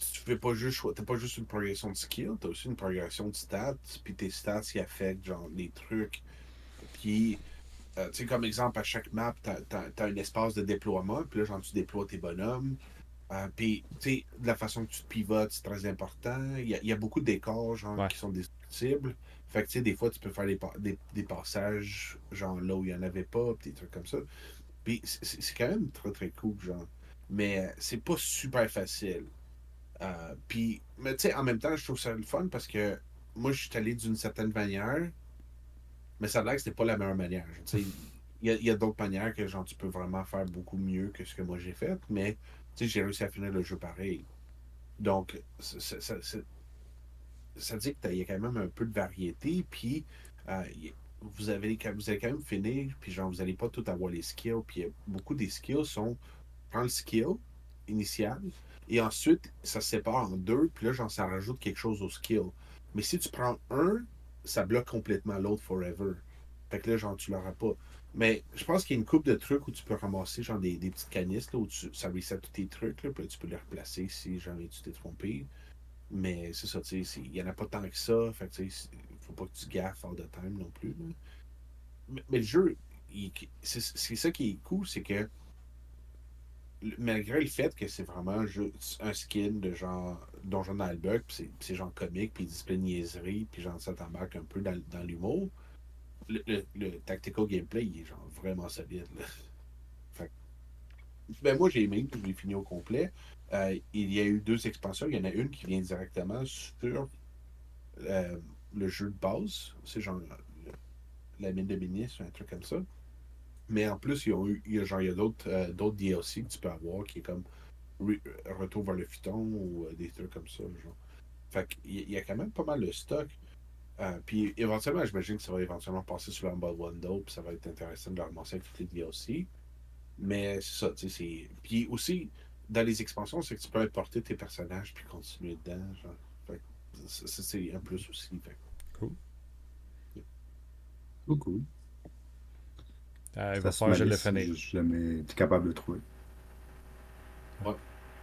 tu fais pas juste choi- t'as pas juste une progression de skill, t'as aussi une progression de stats, puis tes stats qui affectent genre les trucs. Puis, euh, tu sais, comme exemple, à chaque map, t'as, t'as, t'as un espace de déploiement, puis là, genre, tu déploies tes bonhommes. Euh, puis, tu sais, de la façon que tu te pivotes, c'est très important. Il y a, il y a beaucoup d'écarts, genre, Ouais. qui sont destructibles. Fait que, tu sais, des fois, tu peux faire des, pa- des, des passages, genre, là où il n'y en avait pas, puis des trucs comme ça. Puis, c'est c'est- c'est quand même très, très cool, genre. Mais euh, c'est pas super facile. Euh, puis, mais tu sais, en même temps, je trouve ça le fun parce que moi, je suis allé d'une certaine manière, mais ça a l'air que c'était pas la meilleure manière. Tu sais, il y a, il y a d'autres manières que genre, tu peux vraiment faire beaucoup mieux que ce que moi j'ai fait, mais tu sais, j'ai réussi à finir le jeu pareil. Donc, ça, ça, ça, ça- ça dit qu'il y a quand même un peu de variété, puis euh, y- vous avez, vous allez quand même finir, puis genre, vous n'allez pas tout avoir les skills, puis euh, beaucoup des skills sont prends le skill initial, et ensuite, ça se sépare en deux, puis là, genre, ça rajoute quelque chose au skill. Mais si tu prends un, ça bloque complètement l'autre forever. Fait que là, genre, tu l'auras pas. Mais je pense qu'il y a une coupe de trucs où tu peux ramasser, genre, des, des petites canisses, là, où tu, ça reset tous tes trucs, là, puis là, tu peux les replacer si jamais tu t'es trompé. Mais c'est ça, tu sais, il y en a pas tant que ça, fait que, tu sais, il faut pas que tu gaffes all the time non plus, là. Mais, mais le jeu, il- c'est c'est ça qui est cool, c'est que malgré le fait que c'est vraiment juste un skin de genre Donjon Albuck, puis c'est puis c'est genre comique, puis il dit plein de niaiseries, puis genre ça t'embarque un peu dans, dans l'humour, le, le, le tactical gameplay, il est genre vraiment solide, là. Fait que, ben moi j'ai aimé, puis je l'ai fini au complet. Euh, il y a eu deux expansions. Il y en a une qui vient directement sur euh, le jeu de base. C'est genre le- la mine de ministre, un truc comme ça. Mais en plus, il y a, eu- il y a, genre, il y a d'autres euh, d'autres D L C que tu peux avoir qui est comme Re- Retour vers le Futon ou euh, des trucs comme ça. Genre. Fait qu'il y, il y a quand même pas mal de stock. Euh, puis éventuellement, j'imagine que ça va éventuellement passer sur l'Humble Window, puis ça va être intéressant de le ramasser avec toutes les D L C. Mais c'est ça, tu sais, c'est. Puis aussi, dans les expansions, c'est que tu peux importer tes personnages puis continuer dedans. Genre. Fait que ça, ça, c'est un plus aussi. Fait Cool. Oh, cool. Euh, il C'est va à sur falloir ma que je le liste si finisse. je je jamais été capable de le trouver. ouais,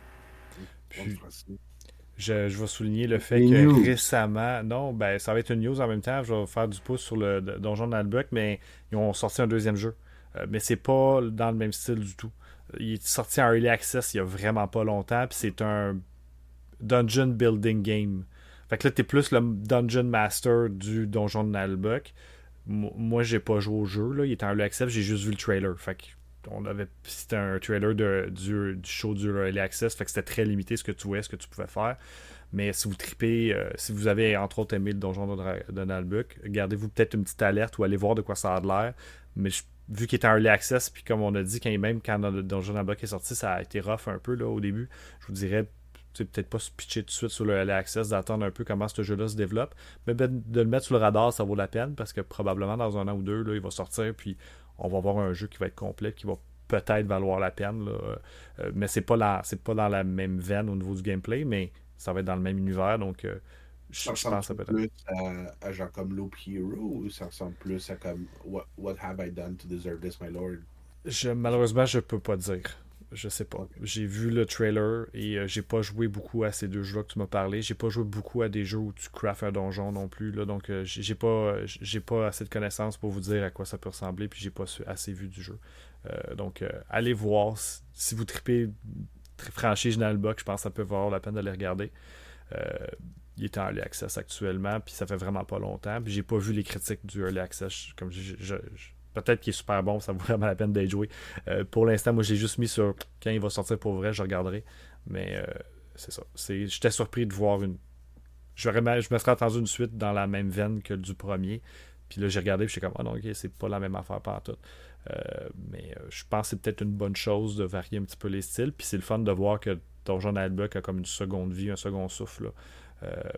on le Puis, fera ça. je, je vais souligner le fait Les que news. récemment, non, ben ça va être une news en même temps, je vais faire du pouce sur le d- Donjon d'Albuck, mais ils ont sorti un deuxième jeu. Euh, mais c'est pas dans le même style du tout. Il est sorti en Early Access il y a vraiment pas longtemps, puis c'est un Dungeon Building Game. Fait que là, t'es plus le Dungeon Master du Donjon de Nalbuck. Mo- Moi, j'ai pas joué au jeu, là. Il était en Early Access, j'ai juste vu le trailer. Fait que on avait, c'était un trailer de, du, du show du Early Access, fait que c'était très limité ce que tu voyais, ce que tu pouvais faire. Mais si vous tripez, euh, si vous avez entre autres aimé le Donjon de, Dra- de Nalbuck, gardez-vous peut-être une petite alerte ou allez voir de quoi ça a de l'air. Mais je- vu qu'il était en Early Access, puis comme on a dit, quand même quand le Donjon de Nalbuck est sorti, ça a été rough un peu là, au début. Je vous dirais tu sais, peut-être pas se pitcher tout de suite sur le Early Access, d'attendre un peu comment ce jeu-là se développe. Mais ben, de le mettre sur le radar, ça vaut la peine parce que probablement dans un an ou deux, là, il va sortir, puis on va avoir un jeu qui va être complet, qui va peut-être valoir la peine. Là. Euh, mais c'est pas, la, c'est pas dans la même veine au niveau du gameplay, mais ça va être dans le même univers, donc euh, Ça je je pense que ça ressemble peut être. plus à, à genre comme Loop Hero ou ça ressemble plus à comme What, what have I done to deserve this, my lord? Je, malheureusement, je peux pas dire. Je sais pas. Ok. J'ai vu le trailer et euh, j'ai pas joué beaucoup à ces deux jeux-là que tu m'as parlé. J'ai pas joué beaucoup à des jeux où tu crafts un donjon non plus. Là, donc euh, j'ai j'ai pas j'ai pas assez de connaissances pour vous dire à quoi ça peut ressembler. Puis j'ai pas su- assez vu du jeu. Euh, donc euh, allez voir. Si si vous tripez tri- franchise General Box, je pense que ça peut valoir la peine de les regarder. Euh, il est en early access actuellement, puis ça fait vraiment pas longtemps. Puis j'ai pas vu les critiques du early access. Comme je, je- je- peut-être qu'il est super bon, ça vaut vraiment la peine d'être joué. Euh, pour l'instant, moi j'ai juste mis sur quand il va sortir pour vrai, je regarderai. Mais euh, c'est ça. C'est, j'étais surpris de voir une. J'aurais, ma- je me serais attendu une suite dans la même veine que du premier. Puis là, j'ai regardé, puis j'étais comme, ah non, ok, c'est pas la même affaire par tout. Euh, mais euh, je pense que c'est peut-être une bonne chose de varier un petit peu les styles. Puis c'est le fun de voir que Donjon Nightbuck a comme une seconde vie, un second souffle, là. Euh,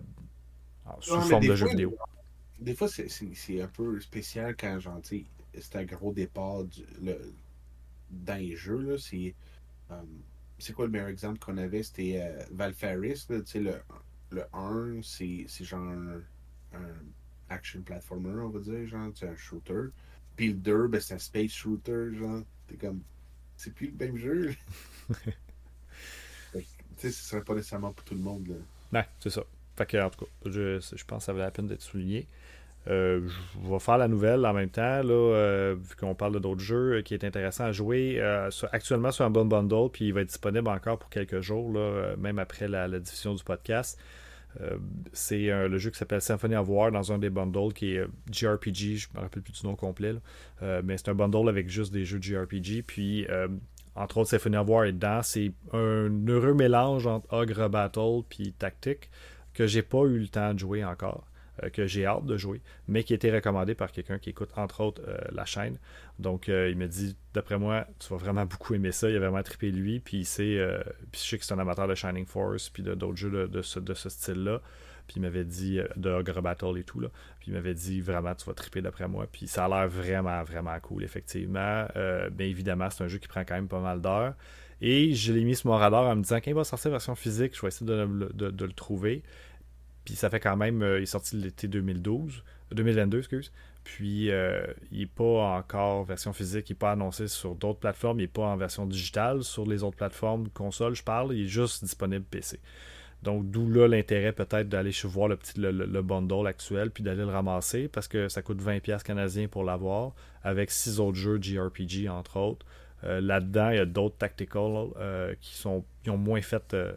sous Ouais, mais forme des de jeu fois, vidéo. des fois c'est c'est- c'est un peu spécial quand, genre, tu sais, c'est un gros départ du- le- dans les jeux, là. C'est euh, c'est quoi le meilleur exemple qu'on avait? C'était euh, Valfaris, là, tu sais, le, le un, c'est c'est genre un, un action platformer, on va dire, genre, c'est un shooter. Puis le deux, ben, c'est un space shooter, genre. T'es comme, c'est plus le même jeu. Fait que, tu tu sais, ce serait pas nécessairement pour tout le monde. Là. Ouais, c'est ça. Fait que, en tout cas, je, je pense que ça valait la peine d'être souligné. Euh, je vais faire la nouvelle en même temps, là, euh, vu qu'on parle de d'autres jeux euh, qui est intéressant à jouer. Euh, sur- actuellement sur un bon bundle, puis il va être disponible encore pour quelques jours, là, euh, même après la, la diffusion du podcast. Euh, c'est euh, le jeu qui s'appelle Symphony of War dans un des bundles qui est euh, J R P G, je me rappelle plus du nom complet, là. Euh, mais c'est un bundle avec juste des jeux de J R P G. Puis, euh, entre autres, Symphony of War est dedans. C'est un heureux mélange entre Ogre Battle puis Tactique que j'ai pas eu le temps de jouer encore. Euh, que j'ai hâte de jouer, mais qui a été recommandé par quelqu'un qui écoute entre autres euh, la chaîne. Donc euh, il me dit, d'après moi, tu vas vraiment beaucoup aimer ça. Il a vraiment trippé lui, puis c'est, euh, puis je sais que c'est un amateur de Shining Force, puis de, d'autres jeux de, de ce, de ce style-là. Puis il m'avait dit, euh, de Ogre Battle et tout, là. Puis il m'avait dit, vraiment, tu vas tripper d'après moi. Puis ça a l'air vraiment, vraiment cool, effectivement. Euh, bien évidemment, c'est un jeu qui prend quand même pas mal d'heures. Et je l'ai mis sur mon radar en me disant, quand il va sortir version physique, je vais essayer de, de, de le trouver. Puis ça fait quand même, euh, il est sorti l'été deux mille douze, deux mille vingt-deux, excuse. Puis euh, il n'est pas encore version physique, il n'est pas annoncé sur d'autres plateformes, il n'est pas en version digitale sur les autres plateformes console, je parle, il est juste disponible P C. Donc d'où là l'intérêt peut-être d'aller voir le petit le, le, le bundle actuel puis d'aller le ramasser parce que ça coûte vingt dollars canadiens pour l'avoir avec six autres jeux J R P G entre autres. Euh, là-dedans, il y a d'autres tactical euh, qui sont qui ont moins fait euh,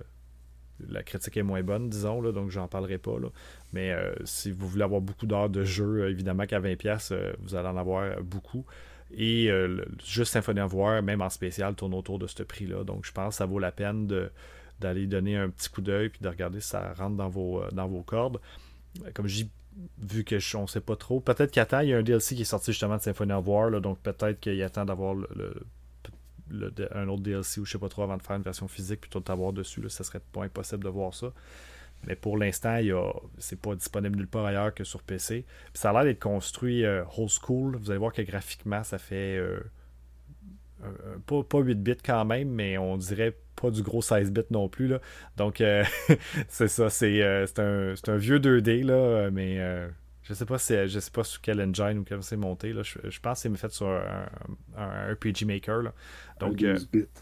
la critique est moins bonne, disons, là, donc j'en parlerai pas. Là. Mais euh, si vous voulez avoir beaucoup d'heures de jeu, euh, évidemment qu'à vingt dollars, euh, vous allez en avoir beaucoup. Et euh, le, juste Symphony of War, même en spécial, tourne autour de ce prix-là. Donc je pense que ça vaut la peine de, d'aller donner un petit coup d'œil puis de regarder si ça rentre dans vos, euh, dans vos cordes. Comme je dis, vu que je, on sait pas trop, peut-être qu'il attend, il y a un D L C qui est sorti justement de Symphony of War, là, donc peut-être qu'il attend d'avoir le, le Le, un autre D L C ou je sais pas trop avant de faire une version physique plutôt de t'avoir dessus, là, ça serait pas impossible de voir ça. Mais pour l'instant, il y a, c'est pas disponible nulle part ailleurs que sur P C. Puis ça a l'air d'être construit euh, old school. Vous allez voir que graphiquement, ça fait euh, euh, pas, pas huit bits quand même, mais on dirait pas du gros seize bits non plus. Là. Donc euh, c'est ça, c'est, euh, c'est, un, c'est un vieux deux D, là, mais euh, je sais pas si je sais pas sur quel engine ou quel c'est monté. Là. Je, je pense que c'est fait sur un, un, un R P G Maker. Là. Donc, un douze bits.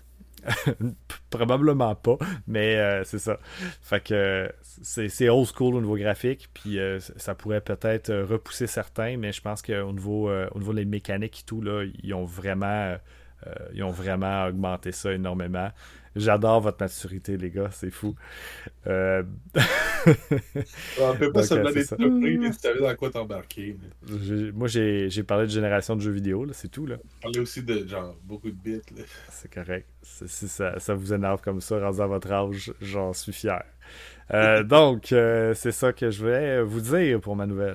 Probablement pas, mais euh, c'est ça. Fait que c'est, c'est old school au niveau graphique, puis euh, ça pourrait peut-être repousser certains, mais je pense qu'au niveau, euh, au niveau des mécaniques et tout, là, ils ont vraiment, euh, ils ont vraiment augmenté ça énormément. J'adore votre maturité, les gars, c'est fou. Euh... On peut pas Donc, se euh, demander c'est ça. de surpris, mais tu savais dans quoi t'embarquer. mais. J'ai- Moi, j'ai, j'ai parlé de génération de jeux vidéo, là, c'est tout. Là. On parlait aussi de genre beaucoup de bits. Là. C'est correct. C'est- Si ça, ça vous énerve comme ça, rendu à votre âge, j'en suis fier. Euh, donc, euh, c'est ça que je voulais vous dire pour ma nouvelle.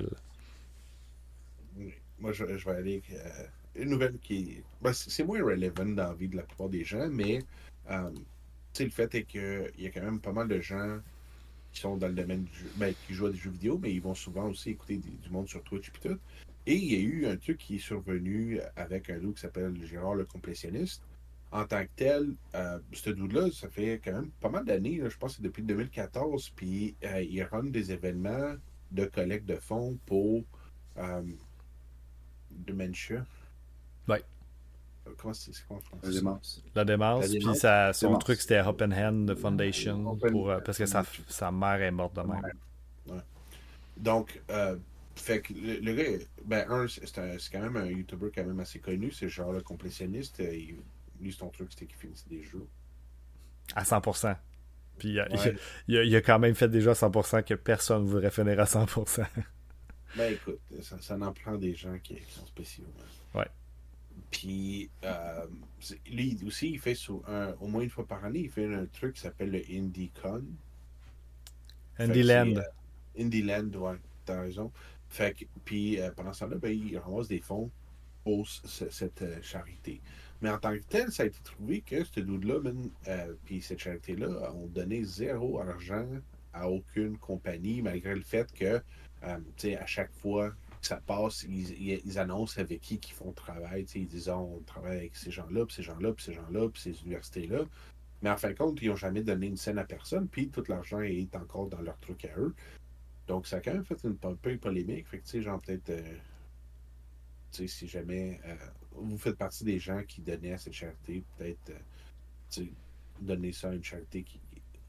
Oui. Moi, je, je vais aller avec euh, une nouvelle qui. Ben, c'est c'est moins relevant dans la vie de la plupart des gens, mais euh, tu sais, le fait est qu'il y a quand même pas mal de gens qui sont dans le domaine du jeu, ben, qui jouent à des jeux vidéo, mais ils vont souvent aussi écouter des- du monde sur Twitch et tout. Et il y a eu un truc qui est survenu avec un dude qui s'appelle Gérard le complétionniste. En tant que tel, euh, ce dude-là, ça fait quand même pas mal d'années, là, je pense que c'est depuis deux mille quatorze, puis euh, il run des événements de collecte de fonds pour euh, Dementia. Ouais. Euh, Comment c'est c'est quoi en La français? démence. La démence, La puis démence. ça, son Démence. truc c'était Open Hand Foundation, Open- pour, euh, parce que sa, sa mère est morte de même. Ouais. Donc, euh, fait que le, le gars, ben, un, c'est c'est un- c'est quand même un YouTuber quand même assez connu, c'est genre le complétionniste. euh, il- lui, son truc, c'était qu'il finissait des jeux. À cent pour cent. Puis euh, il, Ouais. il a, il a quand même fait déjà à cent pour cent que personne ne voudrait finir à cent pour cent. Ben écoute, ça, ça en prend des gens qui, qui sont spéciaux. hein. Ouais. Puis, euh, c'est- lui aussi, il fait sur un- au moins une fois par année, il fait un truc qui s'appelle le IndieCon. Fait Andy que c'est, Land. euh, Indieland, ouais, t'as raison. Fait que, puis euh, pendant ce temps-là, ben, il ramasse des fonds pour ce- cette euh, charité. Mais en tant que tel, ça a été trouvé que ce dude-là, man, euh, puis cette charité-là, ont donné zéro argent à aucune compagnie, malgré le fait que, euh, tu sais, à chaque fois que ça passe, ils, ils- ils annoncent avec qui ils font le travail. Tu sais, ils disent, Ah, on travaille avec ces gens-là, puis ces gens-là, puis ces gens-là, puis ces universités-là. Mais en fin de compte, ils n'ont jamais donné une scène à personne, puis tout l'argent est encore dans leur truc à eux. Donc, ça a quand même fait une po- peu polémique. Fait que, tu sais, genre, peut-être, euh, tu sais, si jamais euh, vous faites partie des gens qui donnaient à cette charité, peut-être, euh, tu sais, donner ça à une charité qui,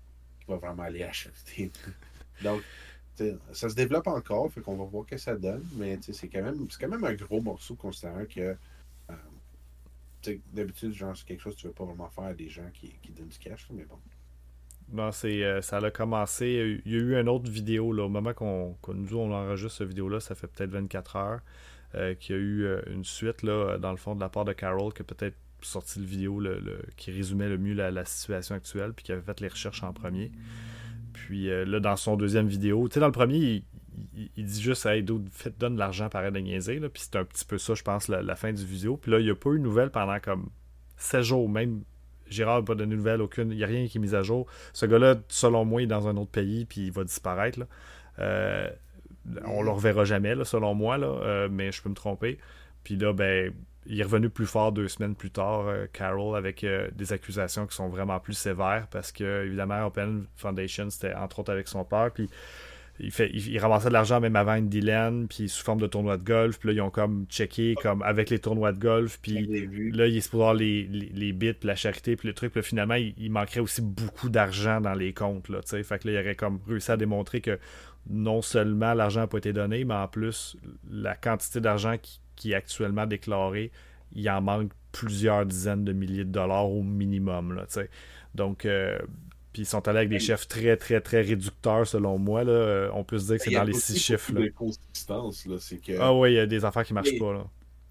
va vraiment aller à la charité. Donc, ça se développe encore, fait qu'on va voir ce que ça donne, mais c'est quand même c'est quand même un gros morceau considérant que euh, d'habitude, genre, c'est quelque chose que tu veux pas vraiment faire à des gens qui, qui donnent du cash, mais bon. Non, c'est, euh, ça a commencé. Il y a eu une autre vidéo, là, au moment qu'on, qu'on nous on enregistre cette vidéo-là, ça fait peut-être vingt-quatre heures, euh, qu'il y a eu euh, une suite, là, dans le fond, de la part de Carol, qui a peut-être sorti le vidéo le, le, qui résumait le mieux la, la situation actuelle, puis qui avait fait les recherches en premier. Puis euh, là, dans son deuxième vidéo, tu sais, dans le premier, il, il, il dit juste, hey, dude, donne de l'argent, pareil de niaiser, là, puis c'est un petit peu ça, je pense, la, la fin du vidéo. Puis là, il n'y a pas eu de nouvelles pendant comme sept jours, même. Gérard n'a pas donné de nouvelles, aucune. Il n'y a rien qui est mis à jour. Ce gars-là, selon moi, il est dans un autre pays, puis il va disparaître. Là. Euh, on le reverra jamais, là, selon moi, là, euh, mais je peux me tromper. Puis là, ben, il est revenu plus fort deux semaines plus tard, euh, Carol, avec euh, des accusations qui sont vraiment plus sévères, parce que, évidemment, Open Foundation, c'était entre autres avec son père, puis Il, fait, il, il ramassait de l'argent même avant Indy Land, puis sous forme de tournoi de golf. Puis là, ils ont comme checké comme avec les tournois de golf. Puis là, il est supposé avoir les, les, les bits, puis la charité, puis le truc. Puis là, finalement, il, il manquerait aussi beaucoup d'argent dans les comptes. Là, t'sais. Fait que là, il aurait comme réussi à démontrer que non seulement l'argent n'a pas été donné, mais en plus, la quantité d'argent qui, qui est actuellement déclarée, il en manque plusieurs dizaines de milliers de dollars au minimum. Là, t'sais. Donc... Euh, Puis ils sont allés avec des chiffres très, très, très réducteurs, selon moi. Là. On peut se dire que c'est dans les six chiffres. Il y a beaucoup de consistance. Là. C'est que... Ah oui, il y a des affaires qui ne marchent Et... pas. Là.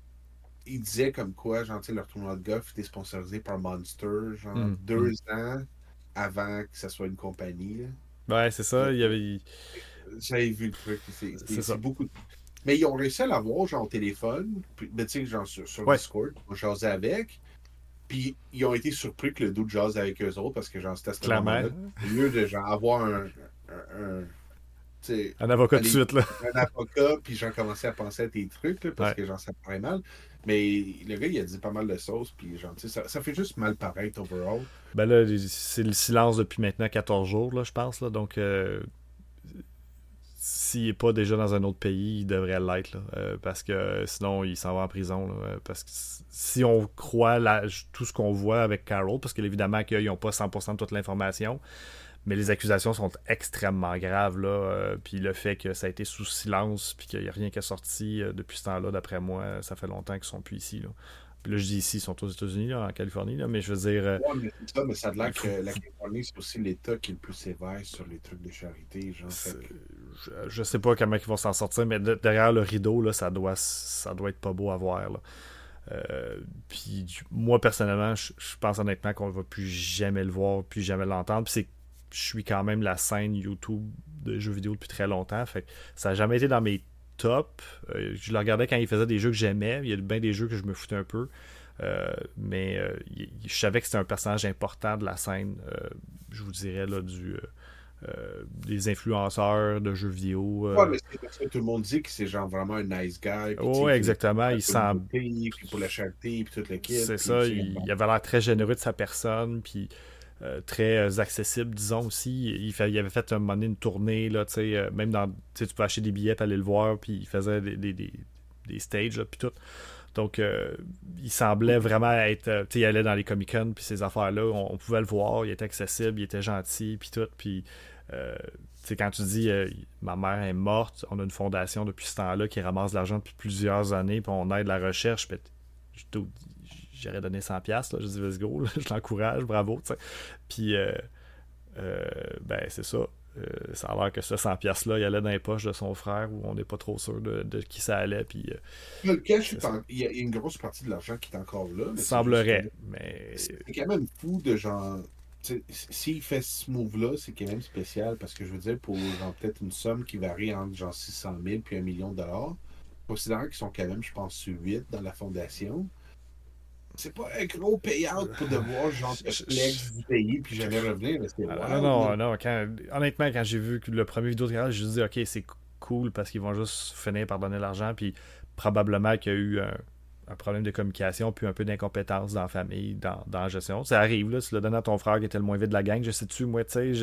Ils disaient comme quoi, genre, leur tournoi de golf était sponsorisé par Monster, genre, mm. deux mm. ans avant que ça soit une compagnie. Là. Ouais, c'est ça. Il y avait... J'avais vu le truc. C'est, c'est, c'est c'est ça. beaucoup de... Mais ils ont réussi à l'avoir, genre, au téléphone. Puis, tu sais, genre, sur, sur ouais. Discord. On jasait avec. Puis ils ont été surpris que le dude jase avec eux autres parce que genre c'était à ce moment-là. Au lieu de genre avoir un, un, un, un avocat aller, tout de suite là. Un avocat, puis genre commencer à penser à tes trucs là, parce ouais. que genre ça paraît mal. Mais le gars il a dit pas mal de sauce, puis genre tu sais ça, ça fait juste mal paraître overall. Ben là c'est le silence depuis maintenant quatorze jours là je pense là, donc euh, s'il n'est pas déjà dans un autre pays, il devrait l'être, là, euh, parce que sinon, il s'en va en prison. Là, parce que si on croit la, tout ce qu'on voit avec Carol, parce qu'évidemment qu'ils n'ont pas cent pour cent de toute l'information, mais les accusations sont extrêmement graves. Là, euh, puis le fait que ça a été sous silence, puis qu'il n'y a rien qui est sorti euh, depuis ce temps-là, d'après moi, ça fait longtemps qu'ils ne sont plus ici. Là. Puis là, je dis ici, ils sont aux États-Unis, là, en Californie, là, mais je veux dire... Euh, ouais, mais c'est ça, mais ça a l'air que la Californie, c'est aussi l'État qui est le plus sévère sur les trucs de charité. Genre, fait que... je, je sais pas comment ils vont s'en sortir, mais de, derrière le rideau, là, ça doit ça doit être pas beau à voir. Là. Euh, puis moi, personnellement, je, je pense honnêtement qu'on ne va plus jamais le voir, plus jamais l'entendre. Puis c'est je suis quand même la scène YouTube de jeux vidéo depuis très longtemps. Fait que ça n'a jamais été dans mes top. Euh, je le regardais quand il faisait des jeux que j'aimais. Il y a bien des jeux que je me foutais un peu. Euh, mais euh, je savais que c'était un personnage important de la scène, euh, je vous dirais, là, du, euh, des influenceurs de jeux vidéo. Euh... Ouais, mais c'est parce que tout le monde dit que c'est genre vraiment un nice guy. Oui, exactement. Il semble. Puis pour la charité, puis toute l'équipe. C'est ça. Il, il avait l'air très généreux de sa personne. Puis. Euh, très accessible, disons aussi. Il, fait, il avait fait un moment donné une tournée, là, euh, même dans. Tu peux acheter des billets, aller le voir, puis il faisait des, des, des, des stages, puis tout. Donc, euh, il semblait vraiment être. Euh, il allait dans les Comic-Con, puis ces affaires-là, on, on pouvait le voir, il était accessible, il était gentil, puis tout. Puis, euh, quand tu dis euh, ma mère est morte, on a une fondation depuis ce temps-là qui ramasse de l'argent depuis plusieurs années, puis on aide la recherche, puis je j'aurais donné cent piastres, là, je dis let's go, là, je l'encourage, bravo, t'sais. Puis euh, euh, ben c'est ça, euh, ça a l'air que ce cent piastres là il allait dans les poches de son frère, où on n'est pas trop sûr de, de qui ça allait, puis euh, le cash, en... il y a une grosse partie de l'argent qui est encore là, mais semblerait, que... mais c'est quand même fou de genre, s'il fait ce move-là, c'est quand même spécial, parce que je veux dire, pour genre peut-être une somme qui varie entre genre six cent mille puis un million de dollars, considérant qu'ils sont quand même, je pense, huit dans la fondation. C'est pas un gros payout pour devoir genre flex du pays puis jamais revenir. C'est ah, non, non, non. Quand, honnêtement, quand j'ai vu le premier vidéo de garage, je me suis dit, ok, c'est cool parce qu'ils vont juste finir par donner l'argent. Puis probablement qu'il y a eu un, un problème de communication puis un peu d'incompétence dans la famille, dans, dans la gestion. Ça arrive, là. Tu l'as donné à ton frère qui était le moins vide de la gang. Je sais-tu, moi, tu sais, je...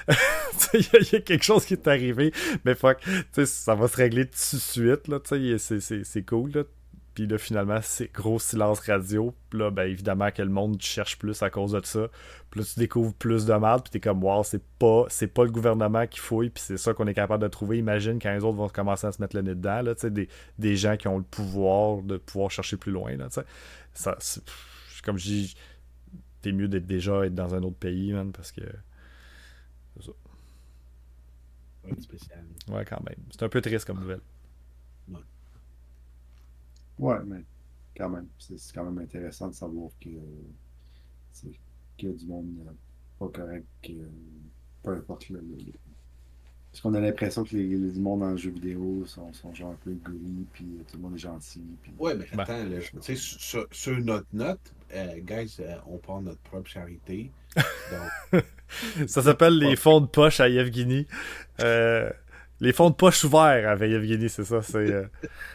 il y a quelque chose qui est arrivé. Mais fuck, tu sais, ça va se régler tout de suite, là. Tu sais, c'est, c'est, c'est cool, là. Puis là, finalement, c'est gros silence radio. Puis là, ben évidemment que le monde cherche plus à cause de ça. Puis là, tu découvres plus de mal. Puis t'es comme, wow, c'est pas, c'est pas le gouvernement qui fouille. Puis c'est ça qu'on est capable de trouver. Imagine quand les autres vont commencer à se mettre le nez dedans. Là, des, des gens qui ont le pouvoir de pouvoir chercher plus loin. Là, ça, c'est, comme je dis, t'es mieux d'être déjà être dans un autre pays, man, parce que. C'est ça. Un spécial. Ouais, quand même. C'est un peu triste comme nouvelle. Ouais. Ouais, mais quand même, c'est c'est quand même intéressant de savoir que c'est qu'il y a du monde euh, pas correct, que, peu importe le, le- le- Parce qu'on a l'impression que les, les du monde dans le jeu vidéo sont, sont genre un peu égoïstes, puis euh, tout le monde est gentil, puis Ouais, mais Ben. attends, là, tu sais, sur, sur notre note, euh, guys, euh, on part notre propre charité. Donc, Ça s'appelle les Ouais. fonds de poche à Yevgeny. Euh, les fonds de poche ouverts avec Yevgeny, c'est ça. C'est. euh,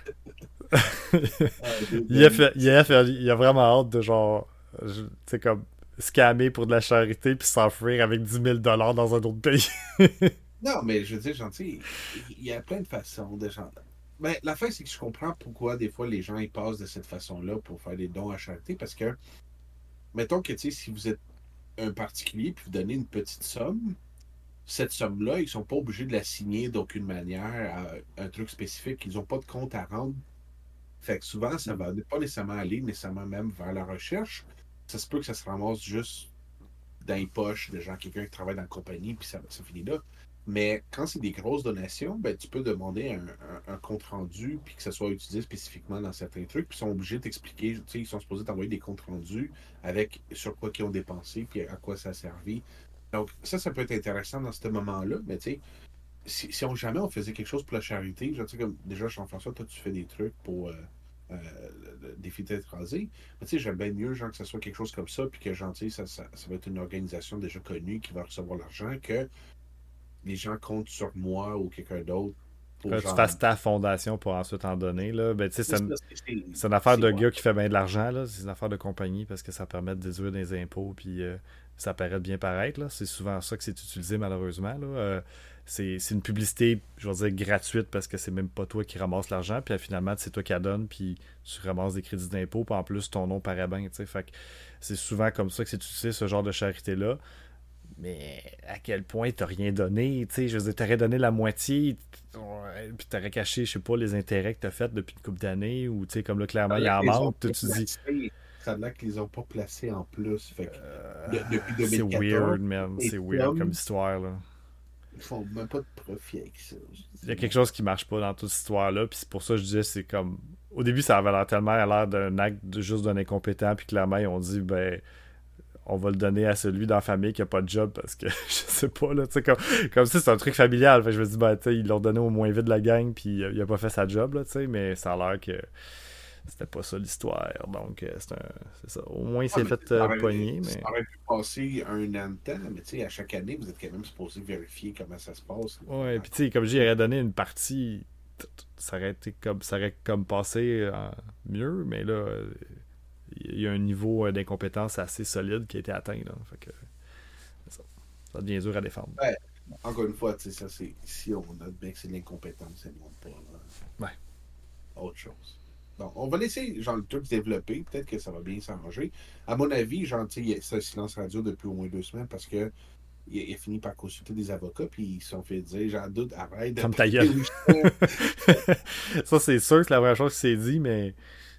euh, des- Yef, des- Yef, il a vraiment hâte de genre. je- Tu sais, comme. Scammer pour de la charité puis s'enfuir avec dix mille dollars dans un autre pays. Non, mais je veux dire, gentil, il y a plein de façons de gens. Ben, la fin, c'est que je comprends pourquoi des fois les gens ils passent de cette façon-là pour faire des dons à charité, parce que, mettons que, tu sais, si vous êtes un particulier puis vous donnez une petite somme, cette somme-là, ils sont pas obligés de la signer d'aucune manière à un truc spécifique. Ils n'ont pas de compte à rendre. Fait que souvent, ça va pas nécessairement aller nécessairement même vers la recherche. Ça se peut que ça se ramasse juste dans les poches de gens, quelqu'un qui travaille dans la compagnie, puis ça, ça finit là. Mais quand c'est des grosses donations, ben, tu peux demander un, un- un compte rendu, puis que ça soit utilisé spécifiquement dans certains trucs, puis ils sont obligés de t'expliquer, tu sais, ils sont supposés t'envoyer des comptes rendus avec sur quoi ils ont dépensé, puis à quoi ça a servi. Donc, ça, ça peut être intéressant dans ce moment-là, mais tu sais, si, si on, jamais on faisait quelque chose pour la charité, genre, tu sais, comme déjà, Jean-François, toi, tu fais des trucs pour euh, euh, le, le défi tête rasée. Mais tu sais, j'aime bien mieux, genre, que ce soit quelque chose comme ça, puis que, genre, tu sais, ça, ça, ça va être une organisation déjà connue qui va recevoir l'argent, que les gens comptent sur moi ou quelqu'un d'autre pour, Que tu genre. fasses ta fondation pour ensuite en donner. Là. Ben, tu sais, C'est c'est une, ça, c'est- c'est- c'est une affaire c'est de moi. gars qui fait bien de l'argent. Là. C'est une affaire de compagnie parce que ça permet de déduire des impôts puis euh, ça paraît de bien paraître. Là. C'est souvent ça que c'est utilisé malheureusement. Là. Euh, c'est, c'est une publicité, je vais dire, gratuite parce que c'est même pas toi qui ramasses l'argent. Puis euh, finalement, c'est toi qui la donne puis tu ramasses des crédits d'impôt. Puis en plus, ton nom paraît bien. tu sais. Fait que c'est souvent comme ça que c'est utilisé ce genre de charité-là. Mais à quel point t'as rien donné, tu sais, je veux dire, t'aurais donné la moitié, ouais, puis t'aurais caché, je sais pas, les intérêts que t'as fait depuis une couple d'années, ou tu sais, comme là, clairement, Ça a il l'air en que les ont manque, pas toi, tu dis, placé- ça a l'air qu'ils les ont pas placés en plus. Fait que euh, de- depuis c'est deux mille quatorze, weird, man, les c'est weird comme sommes, histoire, là. ils font même pas de profit avec ça. Il y a quelque chose qui marche pas dans toute cette histoire-là, puis c'est pour ça que je disais, c'est comme, au début, ça avait l'air tellement à l'air d'un acte de, juste d'un incompétent, puis clairement, ils ont dit, ben, on va le donner à celui dans la famille qui a pas de job parce que je sais pas là, tu sais comme comme si c'est un truc familial, fait que je me dis ben tu sais ils l'ont donné au moins vite de la gang puis euh, il a pas fait sa job là, tu sais, mais ça a l'air que c'était pas ça l'histoire, donc euh, c'est un c'est ça, au moins il s'est Ouais, mais fait ça euh, aurait, pogner, ça mais aurait pu passer un an de temps, mais tu sais, à chaque année, vous êtes quand même supposé vérifier comment ça se passe. ouais, puis tu sais comme je dis, il aurait donné une partie, ça aurait été comme ça aurait comme passé euh, mieux, mais là euh, il y a un niveau euh, d'incompétence assez solide qui a été atteint là, fait que ça, ça devient dur à défendre. Ouais, encore une fois, tu sais, ça c'est si on note bien que c'est de l'incompétence, ça ne montre pas là, Ouais. autre chose. Donc, on va laisser genre le truc se développer, peut-être que ça va bien s'arranger. À mon avis, genre, tu sais, il y a- c'est un silence radio depuis au moins deux semaines parce que il a, il a fini par consulter des avocats, puis ils se sont fait dire, j'en doute, arrête de Comme ta porter gueule. au chien. Ça, c'est sûr que c'est la vraie chose qui s'est dit, mais.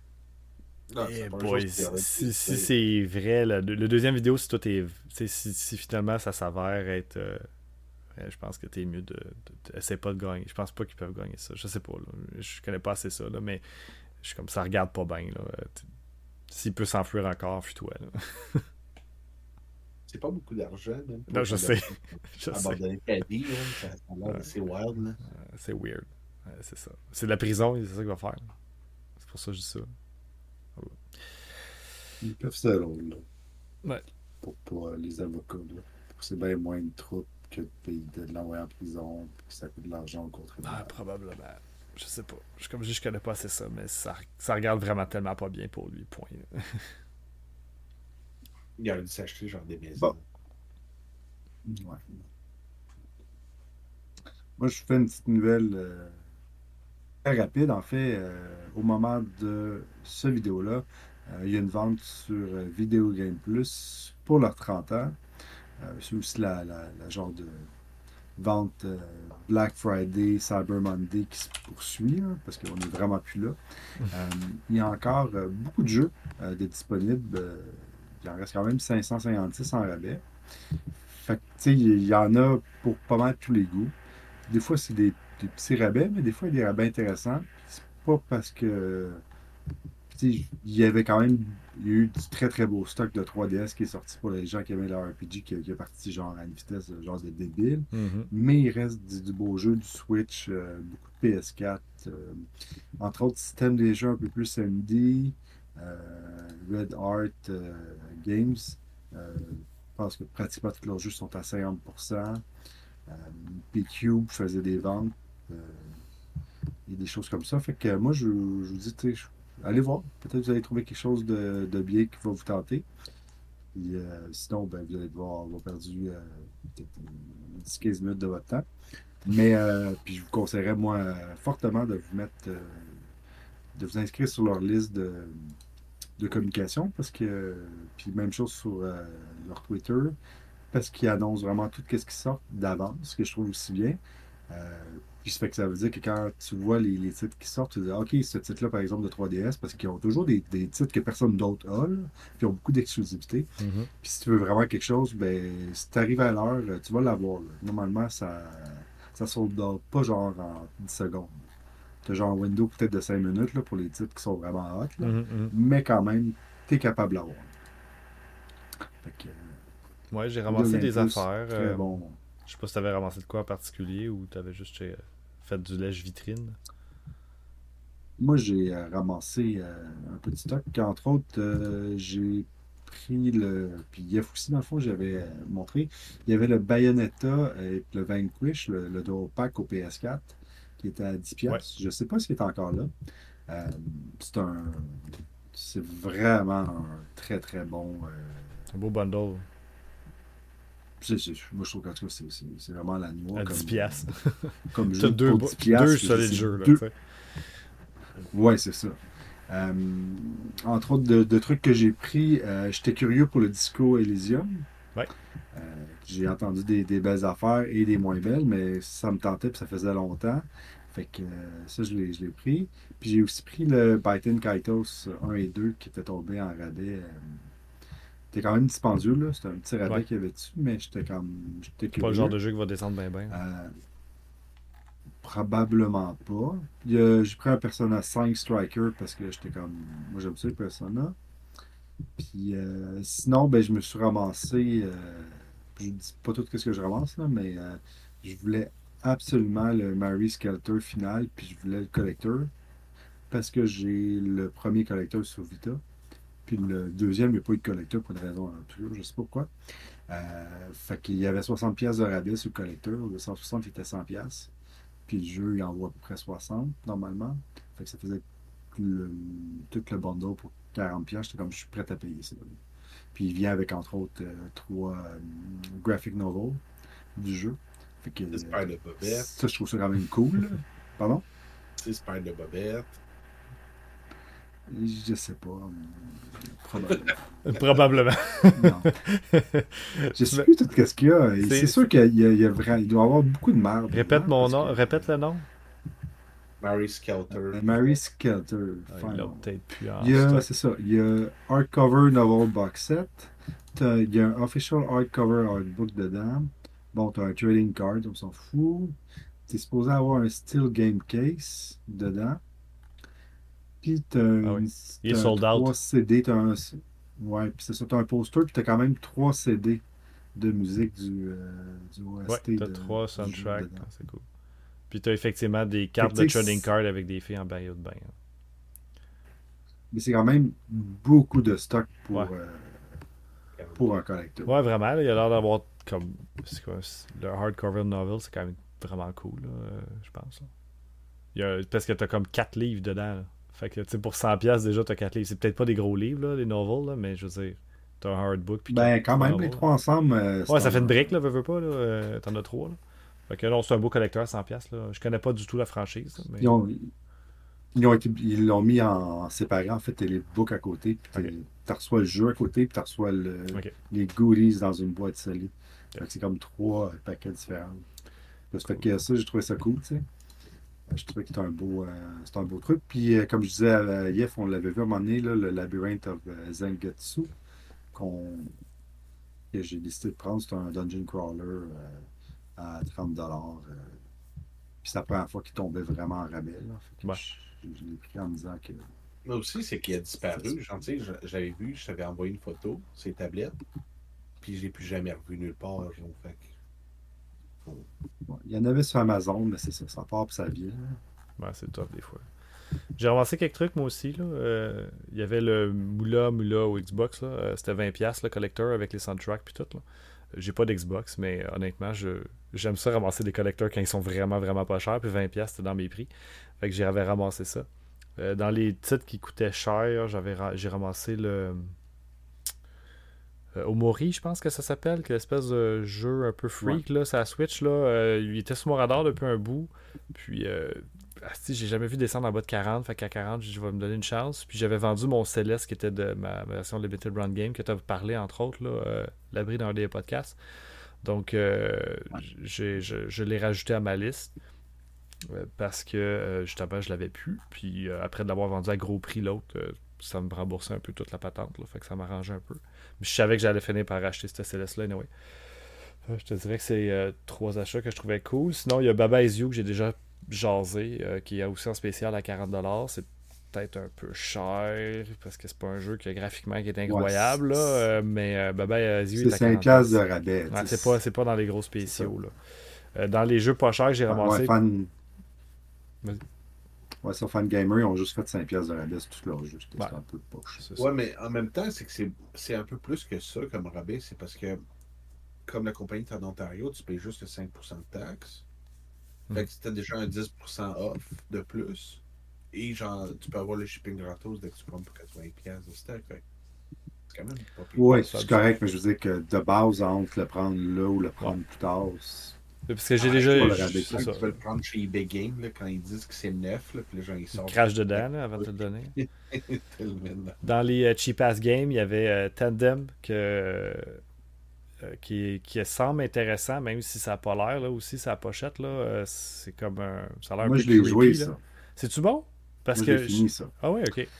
Non, Eh c'est pas une boy, chose qui aurait si, pu, si tu sais. c'est vrai, le, le deuxième vidéo, si tout est. Tu sais, Si, si finalement ça s'avère être. euh, euh, je pense que t'es mieux de. de- de- essaie pas de gagner. Je pense pas qu'ils peuvent gagner ça. Je sais pas, là. Je connais pas assez ça, là, mais je suis comme ça regarde pas bien, là. Euh, t- S'il peut s'enfuir encore, fuis-toi, là. C'est pas beaucoup d'argent, même. Non, je sais. Je sais. Abandonner ta vie, là, ça, ça a l'air Ouais. assez wild, là. Euh, C'est weird. Ouais, c'est ça. C'est de la prison, c'est ça qu'il va faire. C'est pour ça que je dis ça. Ils peuvent se rôle, là. Ouais. Pour, pour euh, les avocats, là. C'est bien moins de trouble que de payer de l'envoyer en prison, puis que ça coûte de l'argent au Ah, contribuable. probablement. Je sais pas. Je, comme je dis, je connais pas assez ça, mais ça, ça regarde vraiment tellement pas bien pour lui, point. Il aurait dû s'acheter genre des maisons. Bon. Ouais. Moi, je fais une petite nouvelle. euh, rapide. En fait, euh, au moment de ce vidéo-là, euh, il y a une vente sur euh, Video Game Plus pour leurs trente ans. Euh, c'est aussi la, la, la genre de vente euh, Black Friday, Cyber Monday qui se poursuit, hein, parce qu'on n'est vraiment plus là. Euh, il y a encore euh, beaucoup de jeux euh, de disponibles. Euh, il en reste quand même cinq cent cinquante-six en rabais. Fait que, tu sais, il y en a pour pas mal tous les goûts. Des fois, c'est des, des petits rabais, mais des fois, il y a des rabais intéressants. C'est pas parce que tu sais, il y avait quand même il y a eu du très très beau stock de trois D S qui est sorti pour les gens qui aimaient le R P G qui, qui est parti genre à une vitesse euh, genre de débile. Mhm. Mais il reste du, du beau jeu, du Switch, euh, beaucoup de P S quatre, euh, entre autres systèmes des jeux un peu plus M D, euh, Red Art euh, Games. Euh, je pense que pratiquement tous leurs jeux sont à cinquante pour cent. Euh, P-Cube faisait des ventes. Euh, et des choses comme ça. Fait que euh, moi, je, je vous dis, tu sais, je- allez voir. Peut-être que vous allez trouver quelque chose de, de bien qui va vous tenter. Puis, euh, sinon, ben, vous allez devoir avoir perdu euh, peut-être dix à quinze minutes de votre temps. Mais euh, puis je vous conseillerais, moi, euh, fortement de vous mettre, euh, de vous inscrire sur leur liste de, de communication. Parce que, puis même chose sur euh, leur Twitter. Parce qu'ils annoncent vraiment tout ce qui sort d'avance, ce que je trouve aussi bien. Euh, puis ça fait que ça veut dire que quand tu vois les, les titres qui sortent, tu te dis, OK, ce titre-là, par exemple, de trois D S, parce qu'ils ont toujours des, des titres que personne d'autre a, là, puis ils ont beaucoup d'exclusivité. Mhm. Puis si tu veux vraiment quelque chose, ben, si tu arrives à l'heure, euh, tu vas l'avoir. Là. Normalement, ça ça sold out pas genre en dix secondes. Tu as genre un window peut-être de cinq minutes là, pour les titres qui sont vraiment hot, là, Mhm, mhm. mais quand même, tu es capable de l'avoir. Fait que, Ouais, j'ai Video ramassé Game des Plus, affaires. très euh, bon. je sais pas si t'avais ramassé de quoi en particulier ou t'avais juste euh, fait du lèche-vitrine. Moi, j'ai euh, ramassé euh, un petit stock. Entre autres, euh, j'ai pris le. Puis Jeff aussi, dans le fond, j'avais euh, montré. Il y avait le Bayonetta et le Vanquish, le, le dual pack au P S quatre, qui était à dix Ouais, piastres. Je ne sais pas s'il est encore là. Euh, c'est un. C'est vraiment un très, très bon. euh, un beau bundle c'est- c'est- moi, je trouve qu'en tout cas, c'est c'est- c'est vraiment la noix à comme, dix piastres. comme T'as jeu deux, pour bo- dix deux piastres. solides C'est jeux, là, tu deux. sais. Ouais, c'est ça. Euh, entre autres, de, de trucs que j'ai pris, euh, j'étais curieux pour le Disco Elysium. Ouais. Euh, j'ai entendu des, des belles affaires et des moins belles, mais ça me tentait, puis ça faisait longtemps. Fait que euh, ça, je l'ai, je l'ai pris. Puis j'ai aussi pris le Baiten Kaitos un et deux qui était tombé en rabais. Euh, c'était quand même dispendieux, là. C'était un petit rabais Ouais. qu'il y avait dessus, mais j'étais comme. J'étais C'est pas le genre curieux. de jeu qui va descendre bien, bien. Euh, Probablement pas. Il y a- J'ai pris un Persona cinq Striker parce que j'étais comme. Moi, j'aime ça, le Persona. Puis euh, sinon, ben, je me suis ramassé. Euh, je ne dis pas tout ce que je ramasse, là, mais euh, je voulais absolument le Mary Skelter final, puis je voulais le collector parce que j'ai le premier collector sur Vita. Puis le deuxième, il n'y a pas eu de collector pour une raison obscure, je sais pas pourquoi. Euh, fait qu'il y avait soixante pièces de rabais sur le collector, le cent soixante il était cent pièces. Puis le jeu, il en vaut à peu près soixante normalement. Fait que ça faisait le- tout le bundle pour quarante pièces. J'étais comme, je suis prêt à payer ça. Puis il vient avec, entre autres, euh, trois euh, graphic novels du jeu. Fait que euh, J'espère de Bobette. ça, je trouve ça quand même cool. Là. Pardon? J'espère de Bobette. Je sais pas. hum, Probablement. Probablement. Non. Je sais plus tout ce qu'il y a. Et C'est- c'est sûr qu'il y a, il y a vraiment, il doit y avoir beaucoup de merde. Répète dedans, mon parce nom, que- répète le nom. Mary Skelter. Euh, Mary Skelter. Ah, Final. il l'a peut-être plus en Il y a, stock. c'est ça, il y a hardcover novel box set. T'as- Il y a un official hardcover artbook dedans. Bon, t'as un trading card, on s'en fout. T'es supposé avoir un steel game case dedans. Puis t'as Ah oui. une- Il est t'as sold trois out. C D, t'as un. Ouais, puis c'est ça, t'as un poster, puis t'as quand même trois C D de musique du, euh, du Ouais, O S T t'as de, trois du jeu soundtracks. dedans. C'est cool. Puis t'as effectivement des Fait que, cartes tu de sais, trading c'est- card avec des filles en maillot de bain. hein. mais c'est quand même beaucoup de stock pour, Ouais. euh, pour un collector. Ouais, vraiment, là, il a l'air d'avoir comme. C'est quoi, c'est- le hardcover novel, c'est quand même vraiment cool, là, euh, je pense. là. Il y a, parce que t'as comme quatre livres dedans. là. Fait que, tu sais, pour cent pièces déjà, t'as quatre livres. C'est peut-être pas des gros livres, là, les novels, là, mais je veux dire, t'as un hardbook. Puis Ben, quatre- quand trois même, les novels. trois ensemble. euh, c'est Ouais, ça un- fait une brique, là, veux, veux pas, là. euh, T'en as trois, là. Fait que non, c'est un beau collecteur, cent pièces là. Je connais pas du tout la franchise, là, mais. Ils ont, Ils l'ont été- ils l'ont mis en, en séparé, en fait, t'as les books à côté, puis Ok. t'es- t'as reçois le jeu à côté, puis t'as reçois le, Ok. les goodies dans une boîte scellée. Ok. Fait que c'est comme trois euh, paquets différents. Ça fait Cool. que ça, j'ai trouvé ça cool, tu sais. Je trouvais que c'était un beau, euh, c'était un beau truc. Puis, euh, comme je disais à Yef, on l'avait vu à un moment donné, là, le Labyrinth of euh, Zangetsu, qu'on, que j'ai décidé de prendre. C'est un dungeon crawler euh, à trente dollars. euh. Puis, c'est la première fois qu'il tombait vraiment en rabais. Là. Fait que Ouais. je, je l'ai pris en me disant que Mais aussi, c'est qu'il a c'était disparu. Genre, tu sais, je- j'avais vu, je t'avais envoyé une photo, ses tablettes, puis je l'ai plus jamais revu nulle part. Genre, fait que, faut- ouais, il y en avait sur Amazon, mais c'est ça, ça part puis ça vient. Ouais, c'est top des fois. J'ai ramassé quelques trucs moi aussi. Là. Euh, il y avait le Moula Moula au Xbox. Là. Euh, c'était vingt dollars le collector avec les soundtracks puis tout. Là. J'ai pas d'Xbox, mais euh, honnêtement, je, j'aime ça ramasser des collecteurs quand ils sont vraiment, vraiment pas chers. Puis vingt dollars c'était dans mes prix. Fait que j'avais ramassé ça. Euh, dans les titres qui coûtaient cher, j'avais ra- j'ai ramassé le euh, Omori, je pense que ça s'appelle, que l'espèce de jeu un peu Ouais. freak, là, ça Switch, là. Euh, il était sur mon radar depuis un bout. Puis, euh, asti, j'ai jamais vu descendre en bas de quarante. Fait qu'à quarante, je vais me donner une chance. Puis, j'avais vendu mon Céleste, qui était de ma version Limited Run Game, que tu as parlé, entre autres, là, euh, l'abri d'un des podcasts. Donc, euh, j'ai, je, je l'ai rajouté à ma liste. euh, Parce que euh, justement, je l'avais plus. Puis euh, après de l'avoir vendu à gros prix l'autre, euh, ça me remboursait un peu toute la patente. Là, fait que ça m'arrangeait un peu. Mais je savais que j'allais finir par racheter cette Céleste-là. Anyway. Euh, Je te dirais que c'est euh, trois achats que je trouvais cool. Sinon, il y a Baba Is You que j'ai déjà jasé, euh, qui est aussi en spécial à quarante dollars. C'est peut-être un peu cher parce que c'est pas un jeu qui graphiquement qui est Ouais, incroyable, là, c'est euh, mais euh, Baba Is You c'est est à cinq quarante piastres de dollars. rabais. Ouais, tu c'est sais, pas, c'est pas dans les gros c'est ça. spéciaux. Là. Euh, dans les jeux pas chers que j'ai Ouais, ouais, ramassés. fan, Vas-y. ouais, ça, fan gamer, ils ont juste fait cinq piastres de rabais sur tout leur jeu. C'était Ouais, c'était un peu poche. c'est ça. Ouais, mais en même temps, c'est que c'est c'est un peu plus que ça comme rabais. C'est parce que, comme la compagnie est en Ontario, tu payes juste le cinq pour cent de taxes. Hmm. Fait que c'était déjà un dix pour cent off de plus. Et genre, tu peux avoir le shipping gratos dès que tu prends pour quatre-vingts piastres de stock. Fait que c'est quand même pas pire. Ouais, Ça a c'est du sens. correct, mais je veux dire que de base, entre le prendre là ou le Ouais. prendre plus tard, c'est Parce que j'ai Ah, déjà. pas le je rabais. C'est sens ça. que tu vas le prendre chez eBay Game là, quand ils disent que c'est neuf, là, puis les gens ils Il sortent crache le dedans là, avant de te le donner. tellement. Dans les euh, cheap ass games, il y avait euh, Tandem que, euh, qui, qui semble intéressant, même si ça n'a pas l'air là aussi, sa pochette là. euh, c'est comme un. Ça a l'air un Moi, peu je l'ai joué, creepy là. ça. C'est-tu bon? Parce Moi, je l'ai que. je- fini, ça. Ah ouais, ok.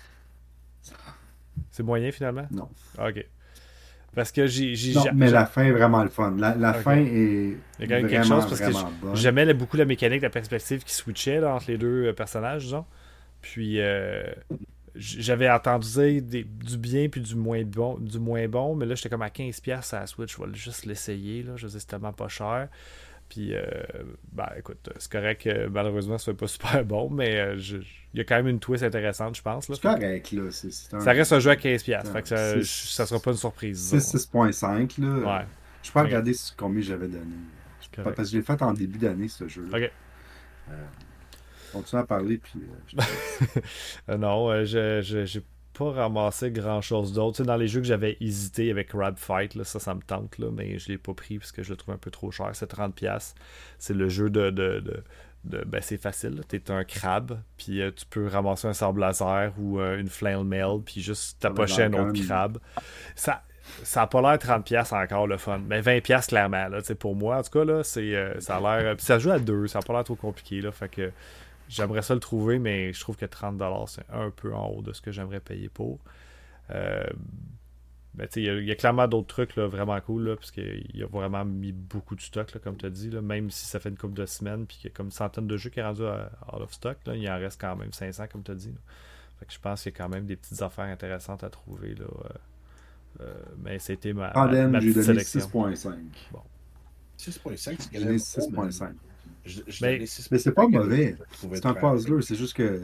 C'est moyen finalement? Non. Ah, ok. Parce que j'ai. j'ai- Non, j'ai- mais j'ai- la fin est vraiment le fun. La, la Ok. fin est Il y a quand même quelque chose vraiment, parce que j- vraiment bonne. j'aimais la- beaucoup la mécanique, la perspective qui switchait là, entre les deux euh, personnages, disons. Puis euh, j- j'avais entendu dire des- du bien puis du moins bon, du moins bon, mais là j'étais comme à quinze pièces à la Switch, je vais juste l'essayer là, je veux dire, c'est tellement pas cher. Puis euh, bah écoute, c'est correct que malheureusement ce soit pas super bon, mais euh, je- il y a quand même une twist intéressante, je pense là. C'est Fait que correct, là. C'est c'est un, ça reste un jeu à quinze pièces, c'est fait un que ça, six ça sera pas une surprise, six, disons. six virgule cinq, là. Ouais, Je peux ok, regarder sur combien j'avais donné. c'est Pas- correct. Parce que je l'ai fait en début d'année, ce jeu-là. Ok. Euh, continue à parler, puis euh, je te laisse. Euh, non, euh, je, je- j'ai pas ramassé grand chose d'autre. Tu sais, dans les jeux que j'avais hésité avec Crab Fight, là, ça, ça me tente, là, mais je l'ai pas pris parce que je le trouve un peu trop cher. C'est trente pièces. C'est le jeu de. de, de, de- ben, c'est facile. Tu es un crabe, puis euh, tu peux ramasser un sable laser ou euh, une flail mail, puis juste Ça va tapocher un dans le autre gun. crabe. Ça. Ça a pas l'air trente pièces encore le fun. Mais vingt pièces clairement. Là, tu sais, pour moi, en tout cas, là, c'est, euh, ça a l'air. Puis ça joue à deux. Ça a pas l'air trop compliqué. Là, fait que j'aimerais ça le trouver, mais je trouve que trente dollars c'est un peu en haut de ce que j'aimerais payer pour. Euh, ben, tu sais, il y, a- il y a clairement d'autres trucs là, vraiment cool, là, parce qu'il a vraiment mis beaucoup de stock, là, comme tu as dit, là, même si ça fait une couple de semaines, puis qu'il y a comme une centaine de jeux qui est rendu à- out of stock, là, il en reste quand même cinq cents, comme tu as dit. Là. Fait que je pense qu'il y a quand même des petites affaires intéressantes à trouver. Là, euh, euh, mais c'était ma, ma, Tandem, ma j'ai petite donné sélection. six virgule cinq. Bon. six virgule cinq, c'est J'ai quand donné même six haut, virgule man. cinq. Je, je Mais- donnais six Mais c'est pas virgule cinq, mauvais. je trouvais C'est un trash. puzzler, c'est juste que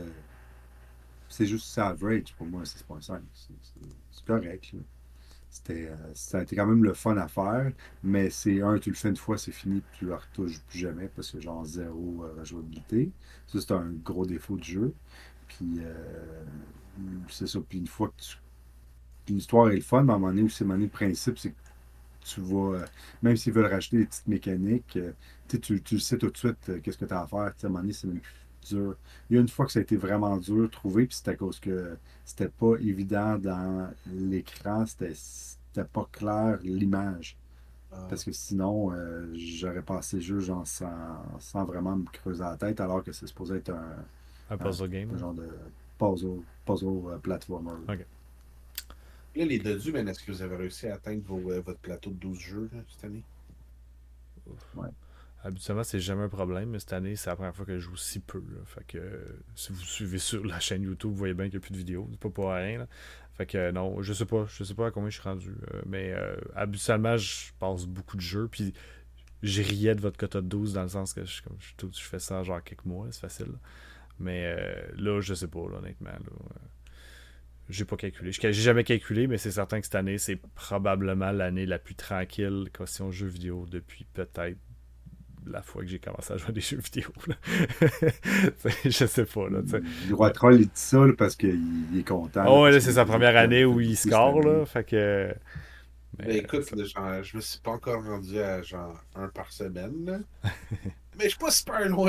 c'est juste c'est average pour moi, six virgule cinq. C'est c'est- c'est correct, là. C'était, euh, ça a été quand même le fun à faire, mais c'est un, tu le fais une fois, c'est fini, puis tu le retouches plus jamais parce que genre zéro euh, rejouabilité. Ça, c'est un gros défaut du jeu. Puis euh, c'est ça. Puis une fois que tu. Puis l'histoire est le fun, mais à un moment donné, aussi, à un moment donné, le principe, c'est que tu vas. euh, même s'ils veulent rajouter des petites mécaniques, euh, tu sais, tu, tu sais tout de suite euh, qu'est-ce que tu as à faire. Tu sais, à un moment donné, c'est même- dur. Il y a une fois que ça a été vraiment dur de trouver, puis c'était à cause que c'était pas évident dans l'écran, c'était c'était pas clair l'image. Ah, Parce que sinon, euh, j'aurais passé le jeu genre sans, sans vraiment me creuser la tête, alors que c'est supposé être un, Un un, puzzle game. un Là. genre de puzzle, puzzle euh, platformer. Ok. là, les dodus, man, est-ce que vous avez réussi à atteindre vos, euh, votre plateau de douze jeux là, cette année? Ouais. Habituellement, c'est jamais un problème, mais cette année, c'est la première fois que je joue si peu. Là. Fait que euh, si vous suivez sur la chaîne YouTube, vous voyez bien qu'il n'y a plus de vidéos. C'est pas pour rien. Là. Fait que euh, non, je sais pas. Je sais pas à combien je suis rendu. euh, mais euh, habituellement, je passe beaucoup de jeux. Puis je riais de votre quota de douze dans le sens que je, comme, je, tout- je fais ça en genre quelques mois. C'est facile. Là. Mais euh, là, je sais pas, là, honnêtement. Là, euh, j'ai pas calculé. Je- J'ai jamais calculé, mais c'est certain que cette année, c'est probablement l'année la plus tranquille question jeux vidéo depuis peut-être la fois que j'ai commencé à jouer à des jeux vidéo. Là. je sais pas, là, tu sais. Le roi Euh, troll, il dit ça là, parce qu'il il est content là, oh, ouais, parce là, qu'il c'est a sa des jeux première qu'il a année fait où il beaucoup cette score, année. là. Fait que. Mais, Ben euh, écoute, ça- là, genre, je me suis pas encore rendu à genre un par semaine, là. Mais je suis pas super loin.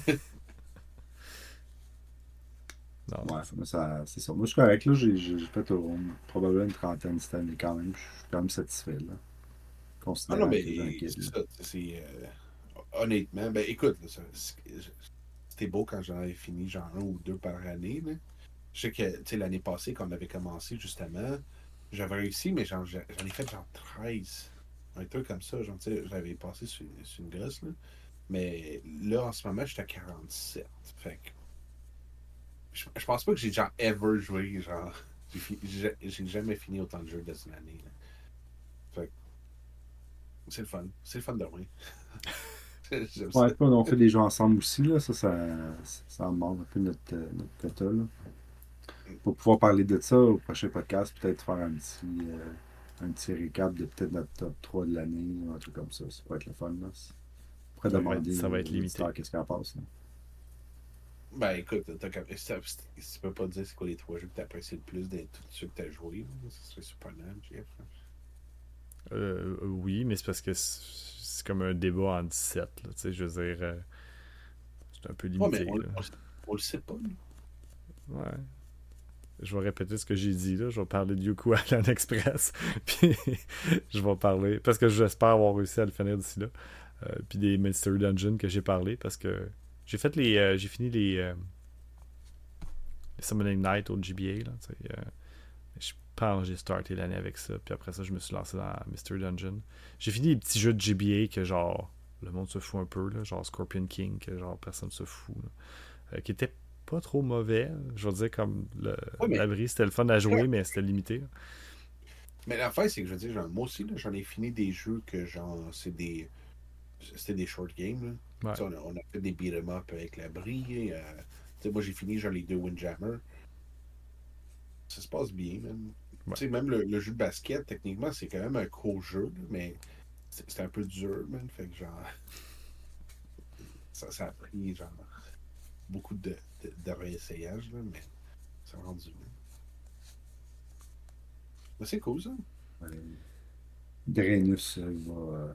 non, Ouais, c'est ça. mais ça, c'est ça. Moi, je suis correct. Là, j'ai j'ai- j'ai fait euh, probablement une trentaine cette année quand même. Je suis quand même satisfait, là, Ah non, considérant mais que j'ai un kid. c'est Là. ça. C'est, euh, honnêtement, ben écoute, là, ça- c'est- c'était beau quand j'en avais fini genre un ou deux par année, là. Je sais que, tu sais, l'année passée, quand on avait commencé, justement, j'avais réussi, mais genre, j'en j'en ai fait genre treize. Un truc comme ça, genre, tu sais, j'avais passé sur, sur une grosse, là. Mais là, en ce moment, j'étais à quarante-sept. Fait que je, je pense pas que j'ai genre ever joué, genre, j'ai fi- j'ai j'ai jamais fini autant de jeux de cette année, là. Fait que c'est le fun. C'est le fun de loin. J'aime ça. Ouais, puis on fait des jeux ensemble aussi. Là. Ça, ça, ça demande un peu notre, euh, notre quota. Là. Pour pouvoir parler de ça au prochain podcast, peut-être faire un petit, euh, un petit récap de peut-être notre top trois de l'année ou un truc comme ça. Ça pourrait être le fun. Là. On pourrait Ça va être, demander ça va aux être limité. auditeurs qu'est-ce qu'ils en pensent. Là. Ben écoute, t'as quand- si, si- si tu peux pas dire c'est quoi les trois jeux que t'as apprécié le plus de tous ceux que t'as joué, là, ça serait surprenant, Jeff. Euh, oui, mais c'est parce que c'est c'est comme un débat en dix-sept. Là, tu sais, je veux dire, euh, c'est un peu Ouais, mais limité. on, Là. on, on le sait pas, là. Ouais. Je vais répéter ce que j'ai dit. Là. Je vais parler de Yuku Island Express. Puis je vais parler. Parce que j'espère avoir réussi à le finir d'ici là. Euh, puis des Mystery Dungeon que j'ai parlé. Parce que j'ai fait les. euh, j'ai fini les. euh, les Summoning Night au G B A. Là, tu sais, euh, je pense que j'ai starté l'année avec ça. Puis après ça, je me suis lancé dans Mystery Dungeon. J'ai fini les petits jeux de G B A que genre. Le monde se fout un peu. Là, genre Scorpion King. Que genre personne se fout. Là, euh, qui était pas trop mauvais. Je veux dire, comme le, Ouais, mais, l'abri, c'était le fun à jouer, mais c'était limité. Là. mais l'affaire, c'est que je veux dire, genre, moi aussi, là, j'en ai fini des jeux que genre, c'est des. C'était des short games, là. Ouais. Tu sais, On, a, on a fait des beat'em up avec l'abri. Euh, tu sais, moi, j'ai fini genre les deux Windjammer. Ça se passe bien, même. Ouais. Tu sais, même le, le jeu de basket, techniquement, c'est quand même un court jeu, là, mais c'est c'est un peu dur, man. Fait que genre. Ça, ça a pris genre beaucoup de, de, de réessayage, là, mais ça a rendu. Là. Mais c'est cool, ça. Euh, Draenus, euh, il va. euh,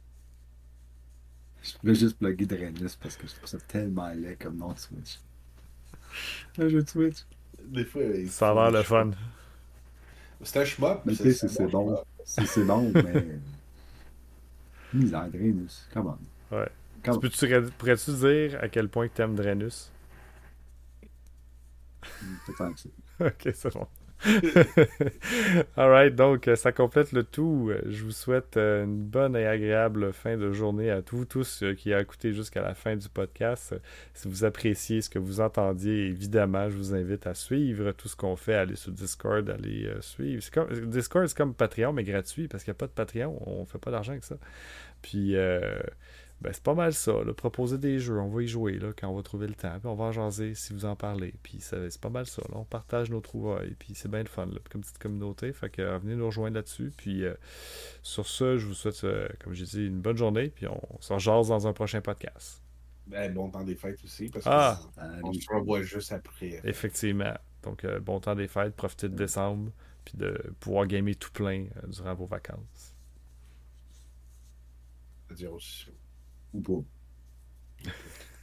Je voulais juste plugger Draenus parce que je trouve ça tellement laid comme nom de Switch. Un jeu de Switch. Des fois, il Ça a faut l'air des le choix. fun. C'est un shmup, Mais c'est tu sais, c'est c'est un c'est bon bon. shmup. C'est c'est bon, mais. Misère, Draenus. Come on. Ouais. Tu Come peux-tu, pourrais-tu dire à quel point que t'aimes Draenus? on. Pas tant que ça. Ok, c'est bon. Alright, donc euh, ça complète le tout. Euh, Je vous souhaite euh, une bonne et agréable fin de journée à tous, tous euh, qui a écouté jusqu'à la fin du podcast. Euh, Si vous appréciez ce que vous entendiez, évidemment, je vous invite à suivre tout ce qu'on fait, aller sur Discord, aller euh, suivre. C'est comme, Discord, c'est comme Patreon, mais gratuit, parce qu'il n'y a pas de Patreon, on fait pas d'argent avec ça. Puis, euh, ben, c'est pas mal ça. Là. Proposer des jeux, on va y jouer là, quand on va trouver le temps. Puis on va en jaser si vous en parlez. Puis ça- c'est pas mal ça. Là. On partage nos trouvailles. Puis c'est bien le fun là, comme petite communauté. Fait que euh, venez nous rejoindre là-dessus. Puis euh, sur ce, je vous souhaite, euh, comme j'ai dit, une bonne journée. Puis on s'en jase dans un prochain podcast. Ben, bon temps des fêtes aussi, parce Ah, qu'on on Salut. se revoit juste après. effectivement. Donc, euh, bon temps des fêtes. Profitez de décembre. Puis de pouvoir gamer tout plein euh, durant vos vacances. C'est-à-dire aussi. Ou pas.